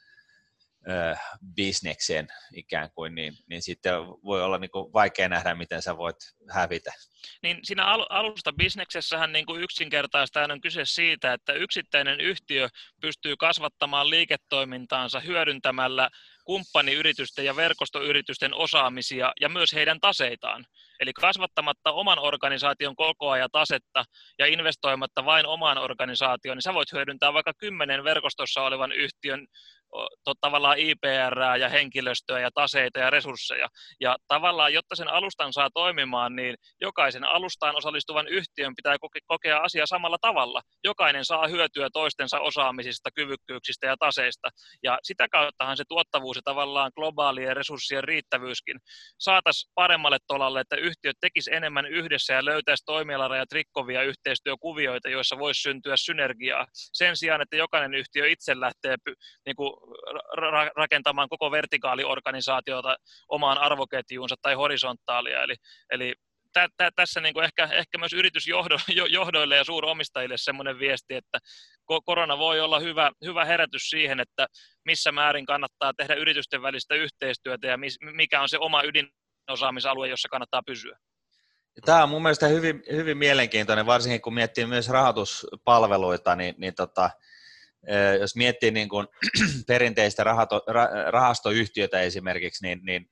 ö, bisnekseen ikään kuin, niin, niin sitten voi olla niin kuin vaikea nähdä, miten sä voit hävitä. Niin siinä al- alusta bisneksessähän niin kuin yksinkertaistaan on kyse siitä, että yksittäinen yhtiö pystyy kasvattamaan liiketoimintaansa hyödyntämällä kumppaniyritysten ja verkostoyritysten osaamisia ja myös heidän taseitaan. Eli kasvattamatta oman organisaation kokoa ja tasetta ja investoimatta vain omaan organisaatioon, niin sä voit hyödyntää vaikka kymmenen verkostossa olevan yhtiön to, tavallaan I P R ja henkilöstöä ja taseita ja resursseja. Ja tavallaan, jotta sen alustan saa toimimaan, niin jokaisen alustaan osallistuvan yhtiön pitää koke, kokea asia samalla tavalla. Jokainen saa hyötyä toistensa osaamisista, kyvykkyyksistä ja taseista. Ja sitä kauttahan se tuottavuus ja tavallaan globaalien resurssien riittävyyskin saataisiin paremmalle tolalle, että yhtiöt tekisivät enemmän yhdessä ja löytäisi toimialarajat rikkovia yhteistyökuvioita, joissa voisi syntyä synergiaa. Sen sijaan, että jokainen yhtiö itse lähtee niin kuin ra- rakentamaan koko vertikaaliorganisaatiota omaan arvoketjuunsa tai horisontaalia. Eli, eli tä, tä, tässä niin kuin ehkä, ehkä myös yritysjohdoille ja suuromistajille semmoinen viesti, että korona voi olla hyvä, hyvä herätys siihen, että missä määrin kannattaa tehdä yritysten välistä yhteistyötä ja mikä on se oma ydinosaamisalue, jossa kannattaa pysyä. Tämä on mun mielestä hyvin, hyvin mielenkiintoinen, varsinkin kun miettii myös rahoituspalveluita, niin, niin tota, jos miettii niin kuin perinteistä rahato, rahastoyhtiötä esimerkiksi, niin, niin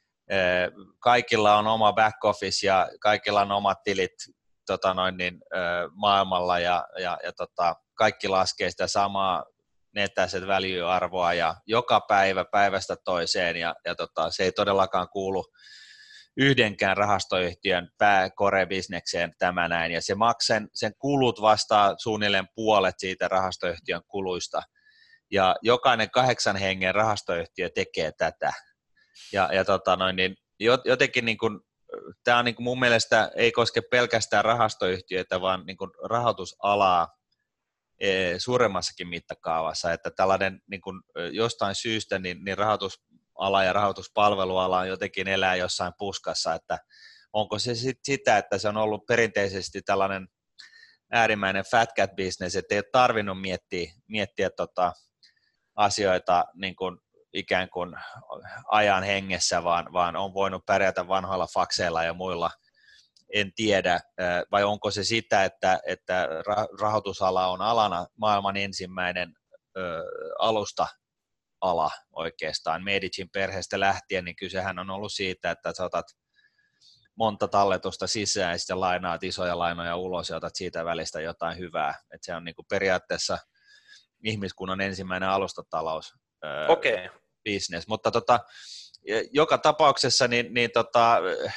kaikilla on oma back office ja kaikilla on omat tilit tota noin, niin, maailmalla ja, ja, ja tota, kaikki laskee sitä samaa net asset value-arvoa ja joka päivä päivästä toiseen ja, ja tota, se ei todellakaan kuulu yhdenkään rahastoyhtiön pää-core-bisnekseen tämä näin, ja se maksen, sen kulut vastaa suunnilleen puolet siitä rahastoyhtiön kuluista, ja jokainen kahdeksan hengen rahastoyhtiö tekee tätä, ja, ja tota noin, niin jotenkin niin kuin, tämä on niin kuin mun mielestä ei koske pelkästään rahastoyhtiöitä, vaan niin kuin rahoitusalaa e, suuremmassakin mittakaavassa, että tällainen niin kuin jostain syystä niin, niin rahoitus ala ja rahoituspalveluala jotenkin elää jossain puskassa, että onko se sit sitä, että se on ollut perinteisesti tällainen äärimmäinen fat cat business, että ei ole tarvinnut miettiä, miettiä tota asioita niin kuin ikään kuin ajan hengessä, vaan, vaan on voinut pärjätä vanhoilla fakseilla ja muilla, en tiedä, vai onko se sitä, että, että rahoitusala on alana maailman ensimmäinen ö, alusta ala oikeastaan Medicin perheestä lähtien, niin kysehän on ollut siitä, että sä otat monta talletusta sisään ja sitten lainaat isoja lainoja ulos ja otat siitä välistä jotain hyvää. Et se on niinku periaatteessa ihmiskunnan ensimmäinen alustatalous okay. business. Mutta tota, joka tapauksessa niin, niin tota,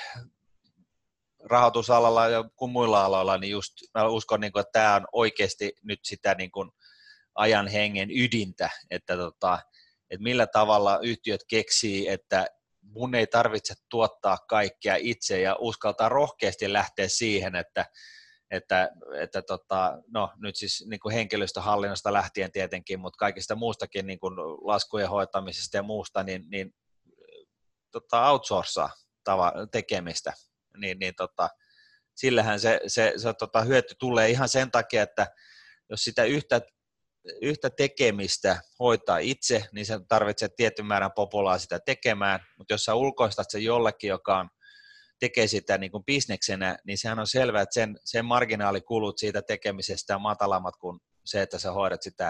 rahoitusalalla ja kuin muilla aloilla, niin just mä uskon, niin kuin, että tämä on oikeasti nyt sitä niin kuin ajan hengen ydintä, että tota, että millä tavalla yhtiöt keksii, että mun ei tarvitse tuottaa kaikkea itse ja uskaltaa rohkeasti lähteä siihen, että, että, että tota, no nyt siis niin kuin henkilöstöhallinnosta lähtien tietenkin, mutta kaikista muustakin niin kuin laskujen hoitamisesta ja muusta, niin, niin tota, outsourcea tava, tekemistä, niin, niin tota, sillähän se, se, se tota, hyöty tulee ihan sen takia, että jos sitä yhtä yhtä tekemistä hoitaa itse, niin sä tarvitset tietyn määrän populaa sitä tekemään, mutta jos sä ulkoistat sen jollekin, joka on, tekee sitä niin kuin bisneksenä, niin sehän on selvää, että sen, sen marginaalikulut siitä tekemisestä on matalammat kuin se, että sä hoidat sitä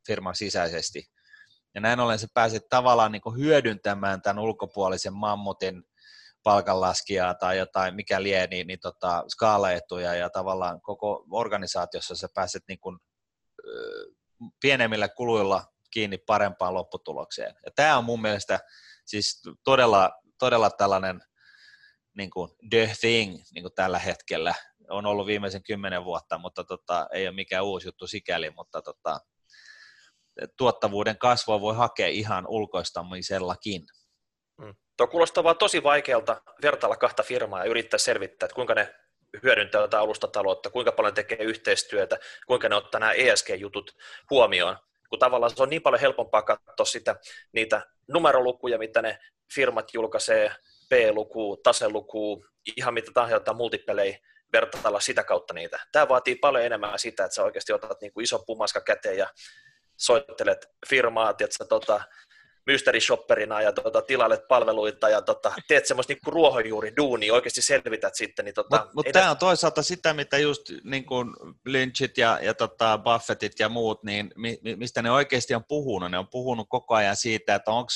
firman sisäisesti. Ja näin ollen sä pääset tavallaan niin kuin hyödyntämään tämän ulkopuolisen mammutin palkanlaskijaa tai jotain, mikä lie, niin, niin tota, skaalaetuja ja tavallaan koko organisaatiossa sä pääset niin kuin, ö, pienemmillä kuluilla kiinni parempaan lopputulokseen. Ja tämä on mun mielestä siis todella, todella tällainen niin kuin the thing niin kuin tällä hetkellä. On ollut viimeisen kymmenen vuotta, mutta tota, ei ole mikään uusi juttu sikäli, mutta tota, tuottavuuden kasvua voi hakea ihan ulkoistamisellakin. Mm. Tuo kuulostaa vaan tosi vaikealta vertailla kahta firmaa ja yrittää selvittää, että kuinka ne hyödyntää jotain alustataloutta, kuinka paljon tekee yhteistyötä, kuinka ne ottaa nämä E S G-jutut huomioon. Kun tavallaan se on niin paljon helpompaa katsoa sitä, niitä numerolukuja, mitä ne firmat julkaisee, P-lukua, taselukua, ihan mitä tahansa multipelejä, vertailla sitä kautta niitä. Tämä vaatii paljon enemmän sitä, että sä oikeasti otat niin kuin iso pumaska käteen ja soittelet firmaa, tiedätkö, tota, mystery shopperina ja tota, tilailet palveluita ja tota, teet semmoista niin ruohonjuuriduunia, oikeasti selvität sitten. Niin, tota, Mutta mut edes... tämä on toisaalta sitä, mitä just niin kuin Lynchit ja, ja tota Buffettit ja muut, niin mi, mistä ne oikeasti on puhunut. Ne on puhunut koko ajan siitä, että onko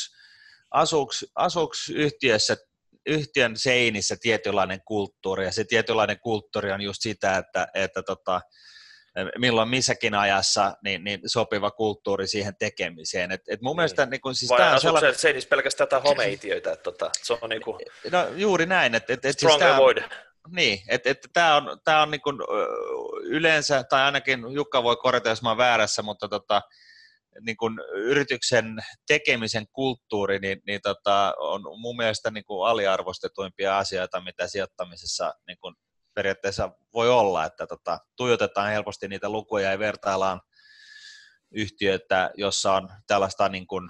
asuuks yhtiössä yhtiön seinissä tietynlainen kulttuuri, ja se tietynlainen kulttuuri on just sitä, että, että tota, milloin missäkin ajassa niin, niin sopiva kulttuuri siihen tekemiseen. Et, et mun niin. mielestä, niin kun, siis vai asuuko sellainen... se seinissä pelkästään jotain homeitiöitä? Että, tota, se on niin kuin... No juuri näin. Et, et, et, strong siis avoid. Niin, että et, tämä on, tää on niin kun, yleensä, tai ainakin Jukka voi korjata, jos mä oon väärässä, mutta tota, niin kun yrityksen tekemisen kulttuuri niin, niin tota, on mun mielestä niin kun aliarvostetuimpia asioita, mitä sijoittamisessa niin kun periaatteessa voi olla, että tota, tuijotetaan helposti niitä lukuja ja vertaillaan yhtiöitä, jossa on tällaista niin kuin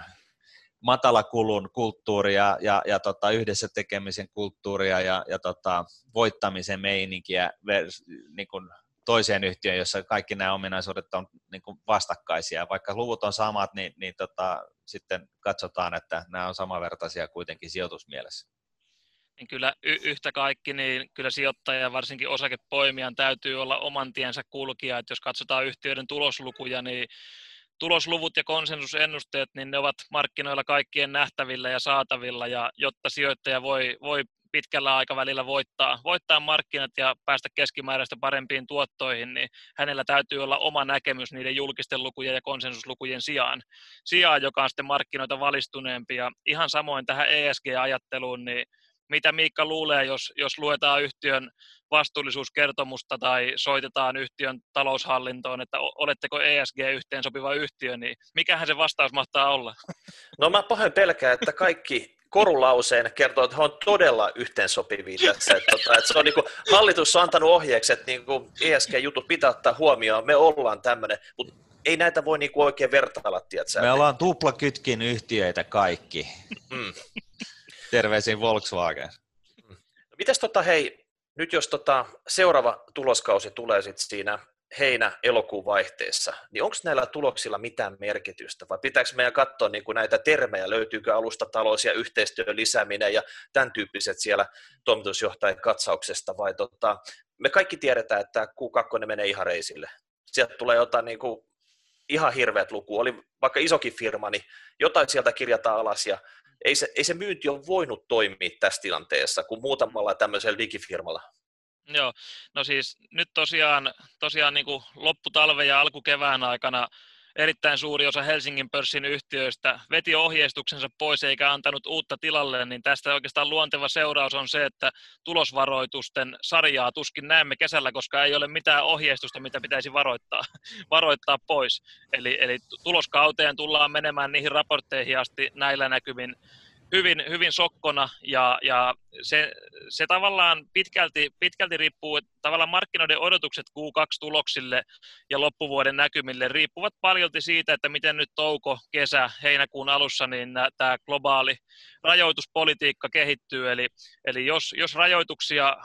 matalakulun kulttuuria ja, ja tota, yhdessä tekemisen kulttuuria ja, ja tota, voittamisen meininkiä niin kuin toiseen yhtiöön, jossa kaikki nämä ominaisuudet on niin kuin vastakkaisia. Vaikka luvut on samat, niin, niin tota, sitten katsotaan, että nämä on samanvertaisia kuitenkin sijoitusmielessä. Niin kyllä y- yhtä kaikki, niin kyllä sijoittaja ja varsinkin osakepoimijan täytyy olla oman tiensä kulkija. Että jos katsotaan yhtiöiden tuloslukuja, niin tulosluvut ja konsensusennusteet, niin ne ovat markkinoilla kaikkien nähtävillä ja saatavilla, ja jotta sijoittaja voi, voi pitkällä aikavälillä voittaa, voittaa markkinat ja päästä keskimääräistä parempiin tuottoihin, niin hänellä täytyy olla oma näkemys niiden julkisten lukujen ja konsensuslukujen sijaan, sijaan joka on sitten markkinoita valistuneempi. Ja ihan samoin tähän E S G-ajatteluun, niin mitä Miikka luulee, jos, jos luetaan yhtiön vastuullisuuskertomusta tai soitetaan yhtiön taloushallintoon, että oletteko E S G-yhteen sopiva yhtiö, niin mikähän se vastaus mahtaa olla? No mä pahoin pelkään, että kaikki korulauseen kertoo, että he on todella yhteensopivia tässä. Että, että se on niin kuin, hallitus on antanut ohjeeksi, että niin kuin E S G-jutut pitää ottaa huomioon, me ollaan tämmöinen, mutta ei näitä voi niin kuin oikein vertailla, tiedätkö? Me ollaan tuplakytkin yhtiöitä kaikki. Mm. Terveisiin Volkswagen. No, mites tota, hei, nyt jos tota, seuraava tuloskausi tulee sit siinä heinä-elokuun vaihteessa, niin onko näillä tuloksilla mitään merkitystä, vai pitääkö meidän katsoa niin kuin näitä termejä, löytyykö alustatalous ja yhteistyön lisääminen ja tämän tyyppiset siellä toimitusjohtajan katsauksesta, vai tota, me kaikki tiedetään, että Q kaksi menee ihan reisille. Sieltä tulee jotain niin kuin ihan hirveät luku, oli vaikka isokin firma, niin jotain sieltä kirjataan alas, ja ei se, ei se myynti ole voinut toimia tässä tilanteessa kuin muutamalla tämmöisellä digifirmalla. Joo, no siis nyt tosiaan, tosiaan niin kuin lopputalven ja alkukevään aikana erittäin suuri osa Helsingin pörssin yhtiöistä veti ohjeistuksensa pois eikä antanut uutta tilalle, niin tästä oikeastaan luonteva seuraus on se, että tulosvaroitusten sarjaa tuskin näemme kesällä, koska ei ole mitään ohjeistusta, mitä pitäisi varoittaa, varoittaa pois. Eli, eli tuloskauteen tullaan menemään niihin raportteihin asti näillä näkymin hyvin, hyvin sokkona, ja, ja se, se tavallaan pitkälti, pitkälti riippuu, että tavallaan markkinoiden odotukset Q kaksi -tuloksille ja loppuvuoden näkymille riippuvat paljolti siitä, että miten nyt touko, kesä, heinäkuun alussa niin tämä globaali rajoituspolitiikka kehittyy, eli, eli jos, jos rajoituksia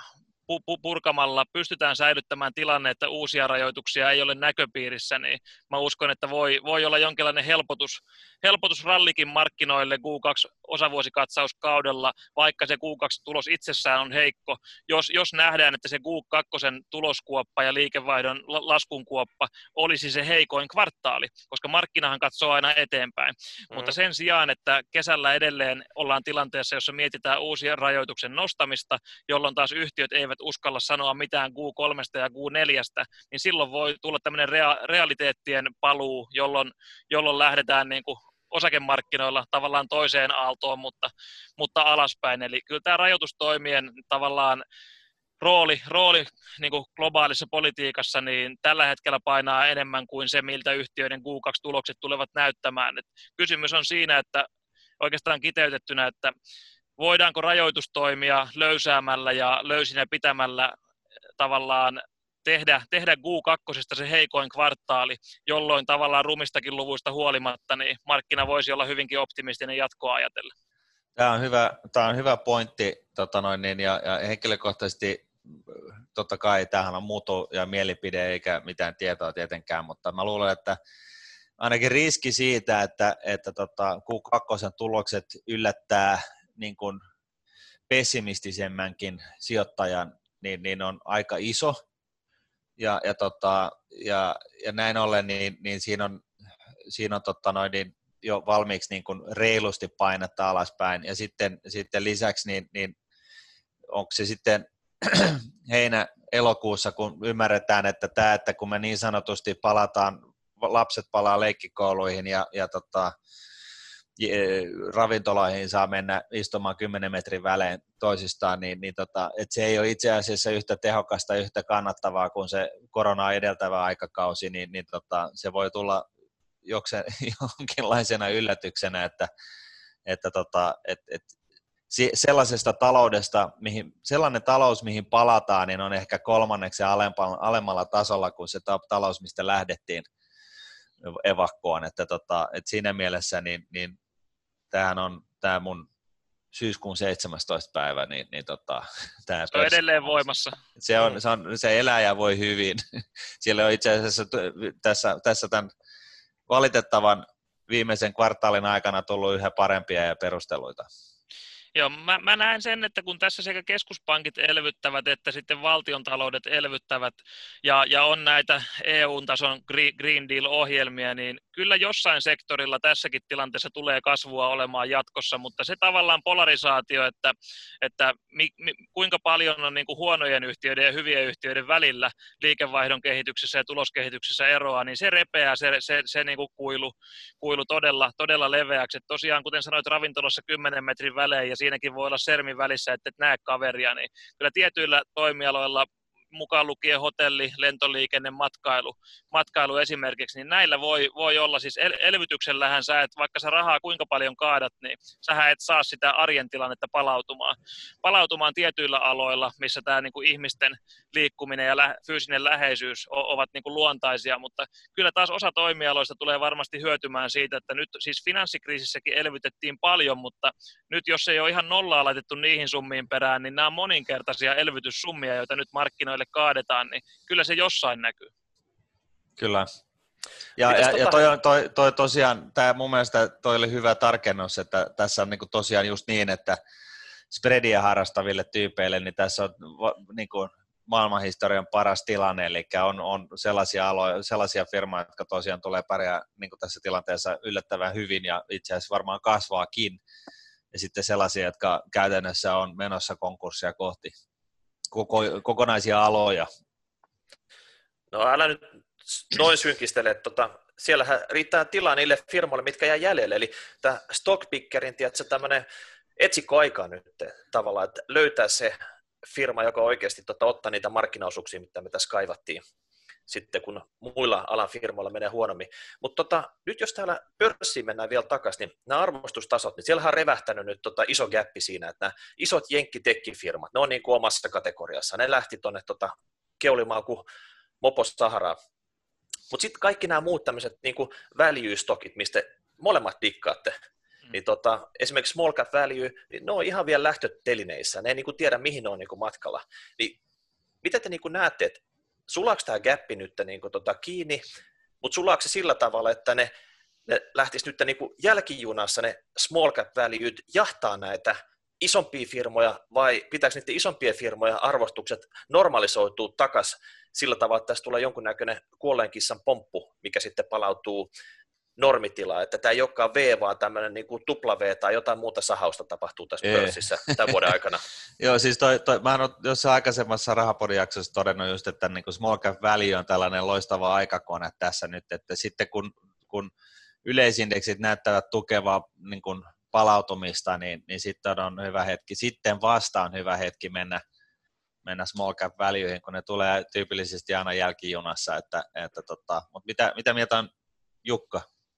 purkamalla pystytään säilyttämään tilanne, että uusia rajoituksia ei ole näköpiirissä, niin mä uskon, että voi, voi olla jonkinlainen helpotus, helpotusrallikin markkinoille Q kaksi osavuosikatsauskaudella, vaikka se Q kaksi-tulos itsessään on heikko. Jos, jos nähdään, että se Q kaksi tuloskuoppa ja liikevaihdon laskunkuoppa olisi se heikoin kvartaali, koska markkinahan katsoo aina eteenpäin. Mm. Mutta sen sijaan, että kesällä edelleen ollaan tilanteessa, jossa mietitään uusia rajoituksen nostamista, jolloin taas yhtiöt eivät uskalla sanoa mitään Q kolme ja Q neljä, niin silloin voi tulla tämmöinen rea- realiteettien paluu, jolloin, jolloin lähdetään niin kuin osakemarkkinoilla tavallaan toiseen aaltoon, mutta, mutta alaspäin. Eli kyllä tämä rajoitustoimien tavallaan rooli, rooli niin kuin globaalissa politiikassa niin tällä hetkellä painaa enemmän kuin se, miltä yhtiöiden Q kaksi-tulokset tulevat näyttämään. Et kysymys on siinä, että oikeastaan kiteytettynä, että voidaanko rajoitustoimia löysäämällä ja löysinä pitämällä tavallaan tehdä, tehdä Q kaksi se heikoin kvartaali, jolloin tavallaan rumistakin luvuista huolimatta niin markkina voisi olla hyvinkin optimistinen jatkoa ajatellen. Tämä on hyvä, tämä on hyvä pointti tota noin, niin, ja, ja henkilökohtaisesti totta kai tämähän on muutu ja mielipide eikä mitään tietoa tietenkään, mutta mä luulen, että ainakin riski siitä, että, että tota Q kaksi tulokset yllättää niin kuin pessimistisemmänkin sijoittajan, niin, niin on aika iso. Ja, ja, tota, ja, ja näin ollen, niin, niin siinä on, siinä on tota noin, niin jo valmiiksi niin kuin reilusti painetta alaspäin. Ja sitten, sitten lisäksi, niin, niin onko se sitten heinä-elokuussa, kun ymmärretään, että tämä, että kun me niin sanotusti palataan, lapset palaa leikkikouluihin ja, ja tota, ravintoloihin saa mennä istumaan kymmenen metrin välein toisistaan, niin, niin tota, että se ei ole itse asiassa yhtä tehokasta, yhtä kannattavaa kuin se koronaa edeltävä aikakausi, niin, niin tota, se voi tulla joksen, jonkinlaisena yllätyksenä, että, että tota, et, et, sellaisesta taloudesta, mihin, sellainen talous, mihin palataan, niin on ehkä kolmanneksi alemmalla tasolla kuin se talous, mistä lähdettiin evakkoon, että, tota, että siinä mielessä niin, niin tämähän on tämä mun syyskuun seitsemästoista päivä, niin, niin tota, tämä se on edelleen voimassa. Se, on, se, on, se elää ja voi hyvin. Siellä on itse asiassa tässä, tässä tämän valitettavan viimeisen kvartaalin aikana tullut yhä parempia ja perusteluita. Joo, mä, mä näen sen, että kun tässä sekä keskuspankit elvyttävät, että sitten valtiontaloudet elvyttävät ja, ja on näitä E U-tason Green Deal-ohjelmia, niin kyllä jossain sektorilla tässäkin tilanteessa tulee kasvua olemaan jatkossa, mutta se tavallaan polarisaatio, että, että mi, mi, kuinka paljon on niin kuin huonojen yhtiöiden ja hyvien yhtiöiden välillä liikevaihdon kehityksessä ja tuloskehityksessä eroa, niin se repeää se, se, se niin kuin kuilu, kuilu todella, todella leveäksi. Et tosiaan, kuten sanoit, ravintolassa kymmenen metrin välein ja siinäkin voi olla sermin välissä, että et näe kaveria, niin kyllä tietyillä toimialoilla, mukaan lukien hotelli, lentoliikenne, matkailu, matkailu esimerkiksi, niin näillä voi, voi olla, siis el- elvytyksellähän sä, että vaikka sä rahaa kuinka paljon kaadat, niin sähän et saa sitä arjen tilannetta palautumaan. Palautumaan tietyillä aloilla, missä tämä niinku ihmisten liikkuminen ja lä- fyysinen läheisyys o- ovat niinku luontaisia, mutta kyllä taas osa toimialoista tulee varmasti hyötymään siitä, että nyt siis finanssikriisissäkin elvytettiin paljon, mutta nyt jos ei ole ihan nollaa laitettu niihin summiin perään, niin nämä on moninkertaisia elvytyssummia, joita nyt markkinoille kaadetaan, niin kyllä se jossain näkyy. Kyllä. Ja, ja, tota... ja toi, toi, toi tosiaan, tämä mun mielestä toi oli hyvä tarkennus, että tässä on niinku tosiaan just niin, että spreadia harrastaville tyypeille, niin tässä on niinku maailmanhistorian paras tilanne, eli on, on sellaisia aloja, sellaisia firmoja, jotka tosiaan tulee pärjää niinku tässä tilanteessa yllättävän hyvin ja itse asiassa varmaan kasvaakin, ja sitten sellaisia, jotka käytännössä on menossa konkurssia kohti. Koko, kokonaisia aloja. No älä nyt noin synkistele. Tota, siellähän riittää tilaa niille firmoille, mitkä jää jäljelle. Eli tämä Stockpickerin, tiedätkö, tämmöinen etsikkoaika nyt tavallaan, että löytää se firma, joka oikeasti tota, ottaa niitä markkinaosuuksia, mitä me tässä kaivattiin sitten, kun muilla alan firmoilla menee huonommin. Mutta tota, nyt jos täällä pörssiin mennään vielä takaisin, niin nämä arvostustasot, niin siellähän on revähtänyt nyt tota iso gäppi siinä, että nämä isot jenkki-tekkifirmat, ne on niin kuin omassa kategoriassa, ne lähti tuonne tota keulimaan kuin mopos Saharaa. Mutta sitten kaikki nämä muut tämmöiset niin kuin value-stokit, mistä molemmat dikkaatte, mm. niin tota, esimerkiksi small cap value, niin ne on ihan vielä lähtötelineissä, ne ei niin kuin tiedä mihin ne on niin kuin matkalla. Niin mitä te niin kuin näette, että sulaako tämä gappi nyt niin kuin tota kiinni, mutta sulaako se sillä tavalla, että ne, ne lähtisi nyt niin kuin jälkijunassa ne small cap valuet jahtaa näitä isompia firmoja, vai pitääkö niiden isompien firmojen arvostukset normalisoituu takaisin sillä tavalla, että tässä tulee jonkunnäköinen kuolleen kissan pomppu, mikä sitten palautuu normitilaan, että tämä ei olekaan V, vaan tämmöinen niin kuin tupla V tai jotain muuta sahausta tapahtuu tässä ei. pörssissä tämän vuoden aikana. Joo, siis toi, toi, mä olen jossain aikaisemmassa Rahapodin jaksossa todennut just, että niin kuin small cap value on tällainen loistava aikakone tässä nyt, että sitten kun, kun yleisindeksit näyttävät tukevaa niin kuin palautumista, niin, niin sitten on hyvä hetki, sitten vasta on hyvä hetki mennä, mennä small cap valueihin, kun ne tulee tyypillisesti aina jälkijunassa, että, että tota, mutta mitä, mitä mieltä on Jukka?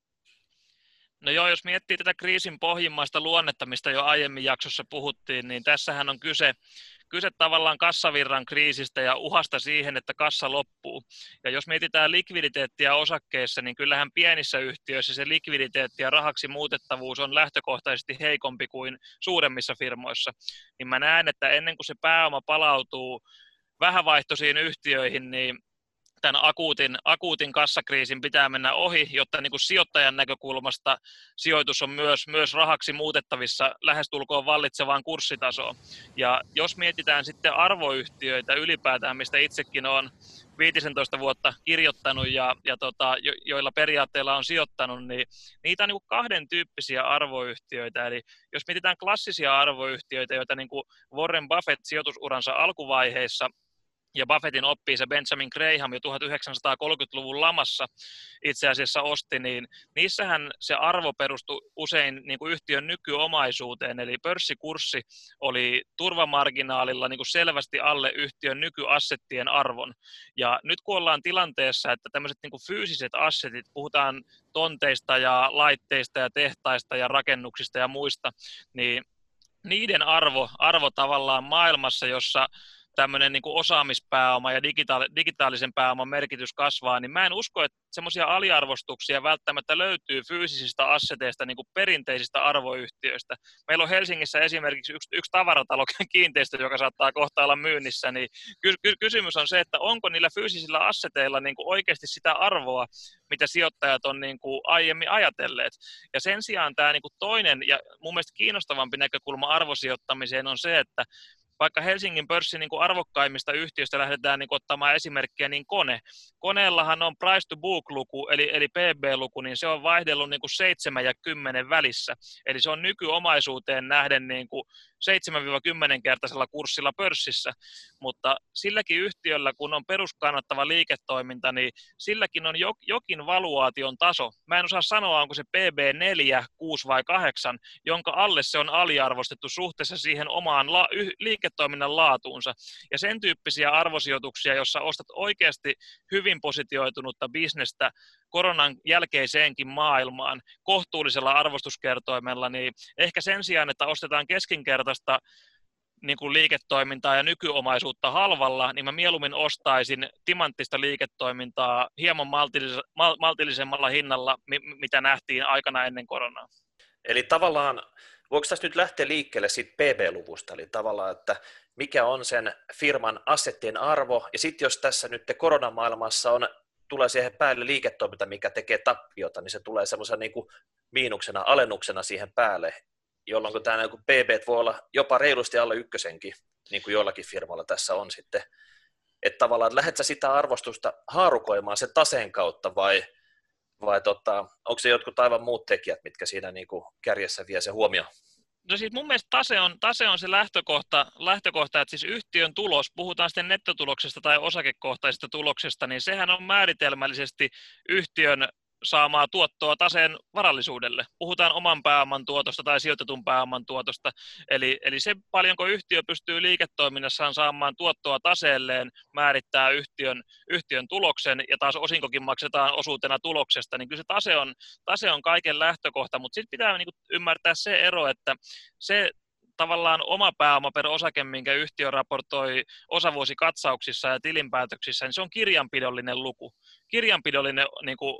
No joo, jos miettii tätä kriisin pohjimmaista luonnetta, mistä jo aiemmin jaksossa puhuttiin, niin tässähän on kyse, kyse tavallaan kassavirran kriisistä ja uhasta siihen, että kassa loppuu. Ja jos mietitään likviditeettiä osakkeissa, niin kyllähän pienissä yhtiöissä se likviditeetti ja rahaksi muutettavuus on lähtökohtaisesti heikompi kuin suuremmissa firmoissa. Niin mä näen, että ennen kuin se pääoma palautuu vähävaihtoisiin yhtiöihin, niin tämän akuutin, akuutin kassakriisin pitää mennä ohi, jotta niin kuin sijoittajan näkökulmasta sijoitus on myös, myös rahaksi muutettavissa lähestulkoon vallitsevaan kurssitasoon. Ja jos mietitään sitten arvoyhtiöitä ylipäätään, mistä itsekin olen viisitoista vuotta kirjoittanut ja, ja tota, jo, joilla periaatteella on sijoittanut, niin niitä on niin kuin kahden tyyppisiä arvoyhtiöitä. Eli jos mietitään klassisia arvoyhtiöitä, joita niin kuin Warren Buffett sijoitusuransa alkuvaiheessa ja Buffettin oppii se Benjamin Graham jo tuhatyhdeksänsataakolmekymmentäluvun lamassa itse asiassa osti, niin niissähän se arvo perustui usein niin kuin yhtiön nykyomaisuuteen, eli pörssikurssi oli turvamarginaalilla niin kuin selvästi alle yhtiön nykyassettien arvon. Ja nyt kun ollaan tilanteessa, että tämmöiset niin kuin fyysiset assetit, puhutaan tonteista ja laitteista ja tehtaista ja rakennuksista ja muista, niin niiden arvo, arvo tavallaan maailmassa, jossa tämmöinen niin kuin osaamispääoma ja digitaali- digitaalisen pääoman merkitys kasvaa, niin mä en usko, että semmoisia aliarvostuksia välttämättä löytyy fyysisistä asseteista, niin kuin perinteisistä arvoyhtiöistä. Meillä on Helsingissä esimerkiksi yksi, yksi tavaratalo kiinteistö, joka saattaa kohta olla myynnissä, niin ky- ky- kysymys on se, että onko niillä fyysisillä asseteilla niin kuin oikeasti sitä arvoa, mitä sijoittajat on niin kuin aiemmin ajatelleet. Ja sen sijaan tämä niin kuin toinen ja mun mielestä kiinnostavampi näkökulma arvosijoittamiseen on se, että vaikka Helsingin pörssin niin kuin arvokkaimmista yhtiöistä lähdetään niin kuin ottamaan esimerkkiä, niin Kone. Koneellahan on price to book-luku, eli, eli P B-luku, niin se on vaihdellut niin kuin seitsemän ja kymmenen välissä. Eli se on nykyomaisuuteen nähden niin kuin seitsemän kymmenen kertaisella kurssilla pörssissä, mutta silläkin yhtiöllä, kun on peruskannattava liiketoiminta, niin silläkin on jokin valuaation taso. Mä en osaa sanoa, onko se P B neljä, kuusi vai kahdeksan, jonka alle se on aliarvostettu suhteessa siihen omaan la- y- liiketoiminnan laatuunsa. Ja sen tyyppisiä arvosijoituksia, jossa ostat oikeasti hyvin positioitunutta bisnestä koronan jälkeiseenkin maailmaan kohtuullisella arvostuskertoimella, niin ehkä sen sijaan, että ostetaan keskinkertaista niin kuin liiketoimintaa ja nykyomaisuutta halvalla, niin mä mieluummin ostaisin timanttista liiketoimintaa hieman maltillis- mal- maltillisemmalla hinnalla, mitä nähtiin aikana ennen koronaa. Eli tavallaan, voiko tässä nyt lähteä liikkeelle siitä P B-luvusta, eli tavallaan, että mikä on sen firman assettien arvo, ja sitten jos tässä nyt koronamaailmassa on tulee siihen päälle liiketoiminta, mikä tekee tappiota, niin se tulee semmoisena niin kuin miinuksena, alennuksena siihen päälle, jolloin tämä niin kuin P B voi olla jopa reilusti alle ykkösenkin, niin kuin joillakin firmoilla tässä on sitten. Että tavallaan, että lähdet sä sitä arvostusta haarukoimaan sen taseen kautta, vai, vai tota, onko se jotkut aivan muut tekijät, mitkä siinä niin kuin kärjessä vie se huomioon? No siis mun mielestä tase on, tase on se lähtökohta, lähtökohta, että siis yhtiön tulos, puhutaan sitten nettotuloksesta tai osakekohtaisesta tuloksesta, niin sehän on määritelmällisesti yhtiön saamaa tuottoa taseen varallisuudelle. Puhutaan oman pääoman tuotosta tai sijoitetun pääoman tuotosta. Eli, eli se paljonko yhtiö pystyy liiketoiminnassaan saamaan tuottoa taseelleen määrittää yhtiön, yhtiön tuloksen ja taas osinkokin maksetaan osuutena tuloksesta. Niin kyllä se tase on, tase on kaiken lähtökohta, mutta sitten pitää niin kuin ymmärtää se ero, että se tavallaan oma pääoma per osake, minkä yhtiö raportoi osavuosikatsauksissa ja tilinpäätöksissä, niin se on kirjanpidollinen luku. Kirjanpidollinen niin kuin,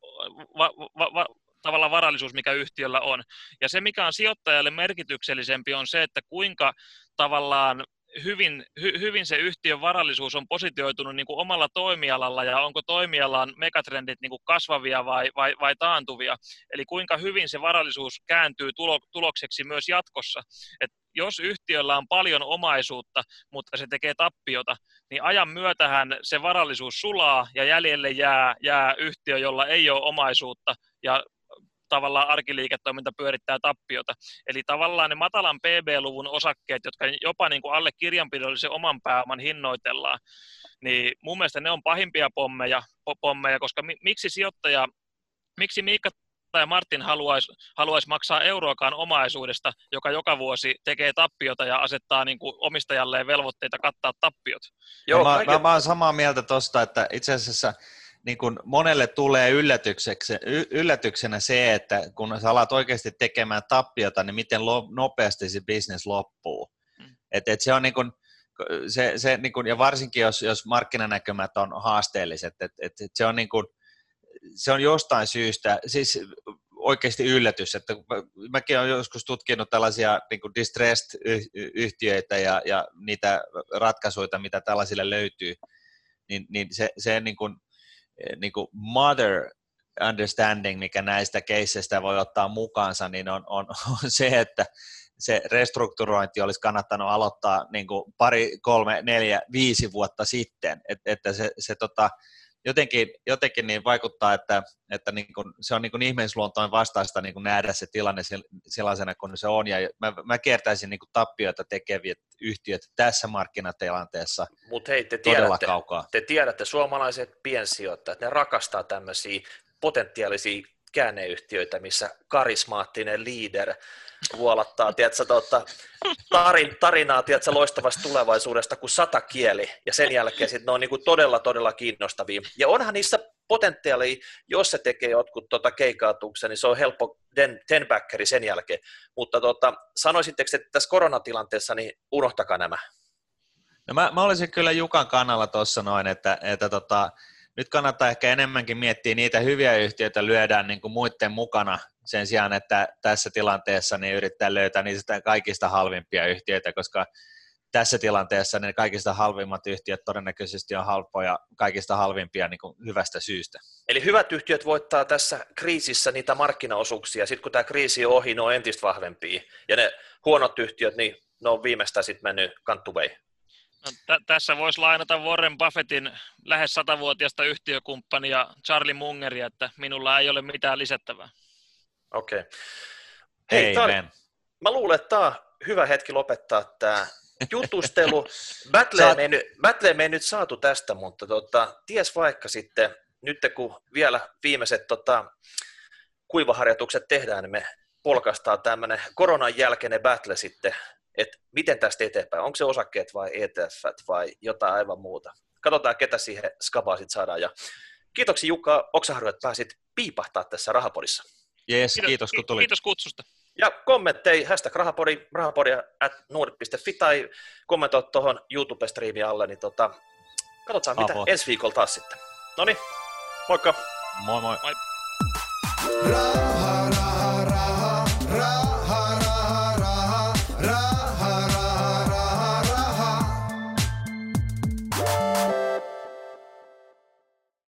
va, va, va, tavallaan varallisuus, mikä yhtiöllä on. Ja se, mikä on sijoittajalle merkityksellisempi, on se, että kuinka tavallaan hyvin, hy, hyvin se yhtiön varallisuus on positioitunut niin kuin omalla toimialalla ja onko toimialan megatrendit niin kuin kasvavia vai, vai, vai taantuvia. Eli kuinka hyvin se varallisuus kääntyy tulo, tulokseksi myös jatkossa. Et jos yhtiöllä on paljon omaisuutta, mutta se tekee tappiota, niin ajan myötähän se varallisuus sulaa ja jäljelle jää, jää yhtiö, jolla ei ole omaisuutta ja tavallaan arkiliiketoiminta pyörittää tappiota. Eli tavallaan ne matalan P B-luvun osakkeet, jotka jopa niin kuin alle kirjanpidollisen oman pääoman hinnoitellaan, niin mun mielestä ne on pahimpia pommeja, pommeja koska mi, miksi sijoittaja, miksi Miikka tai Martin haluaisi, haluaisi maksaa euroakaan omaisuudesta, joka joka vuosi tekee tappiota ja asettaa niin kuin omistajalleen velvoitteita kattaa tappiot. Joo, mä, kaiken... mä, mä olen samaa mieltä tuosta, että itse asiassa niin kun monelle tulee yllätyksenä se, että kun sä alat oikeasti tekemään tappiota, niin miten nopeasti se business loppuu. Mm. Et, et se on niin kun, se, se niin kun, ja varsinkin jos, jos markkinanäkymät on haasteelliset, että et, et se on niin kun, se on jostain syystä, siis oikeasti yllätys, että mäkin olen joskus tutkinut tällaisia niin kuin distressed-yhtiöitä ja, ja niitä ratkaisuja, mitä tällaisille löytyy, niin, niin se, se niin kuin, niin kuin mother understanding, mikä näistä keisseistä voi ottaa mukaansa, niin on, on, on se, että se restrukturointi olisi kannattanut aloittaa niin kuin pari, kolme, neljä, viisi vuotta sitten, Et, että se, se tota, jotenkin, jotenkin niin vaikuttaa, että, että niin kuin, se on niin kuin ihmisluontoon vastaista niin kuin nähdä se tilanne sellaisena kuin se on, ja mä, mä kiertäisin niin kuin tappioita tekeviä yhtiöitä tässä markkinatilanteessa. Mut hei, te todella tiedätte, kaukaa. Te tiedätte, suomalaiset piensijoittajat, ne rakastaa tämmöisiä potentiaalisia käänneyhtiöitä, missä karismaattinen leader vuolattaa tiedätkö, tuota, tarin, tarinaa tiedätkö, loistavasta tulevaisuudesta kuin sata kieli, ja sen jälkeen sit ne on niinku todella, todella kiinnostavia. Ja onhan niissä potentiaalia, jos se tekee jotkut tota keikautuksen, niin se on helppo den, tenbackeri sen jälkeen. Mutta tota, sanoisitteko, että tässä koronatilanteessa, niin unohtakaa nämä. No mä, mä olisin kyllä Jukan kannalla tuossa noin, että, että tota, nyt kannattaa ehkä enemmänkin miettiä niitä hyviä yhtiöitä, lyödään niin kuin muiden mukana sen sijaan, että tässä tilanteessa niin yrittää löytää niistä kaikista halvimpia yhtiöitä, koska tässä tilanteessa ne kaikista halvimmat yhtiöt todennäköisesti on halpoja, kaikista halvimpia niin kuin hyvästä syystä. Eli hyvät yhtiöt voittaa tässä kriisissä niitä markkinaosuuksia, sitten kun tämä kriisi on ohi, ne on entistä vahvempia, ja ne huonot yhtiöt, niin ne on viimeistään sitten mennyt kantuvei. No, t- tässä voisi lainata Warren Buffettin lähes satavuotiaista yhtiökumppania Charlie Mungeria, että minulla ei ole mitään lisättävää. Okei. Okay. Hei, Hei on, mä luulen, että tämä on hyvä hetki lopettaa tämä jutustelu. Battle me, nyt, battle me ei nyt saatu tästä, mutta tota, ties vaikka sitten, nyt kun vielä viimeiset tota, kuivaharjoitukset tehdään, niin me polkaistaan tämmöinen koronan jälkeinen battle sitten, että miten tästä eteenpäin, onko se osakkeet vai E T F vai jotain aivan muuta. Katsotaan, ketä siihen skabaa sitten saadaan. Ja kiitoksia Jukka Oksaharju, että pääsit piipahtaa tässä Rahapodissa. Jees, kiitos, kiitos kun tulit. Kiitos kutsusta. Ja kommenttei hashtag rahapodi, rahapodia at nuudet piste fi tai kommentoi tuohon YouTube-striimiin alle, niin tota, katsotaan mitä Apo. ensi viikolla taas sitten. Noniin, moikka! Moi moi! Moi. Raha,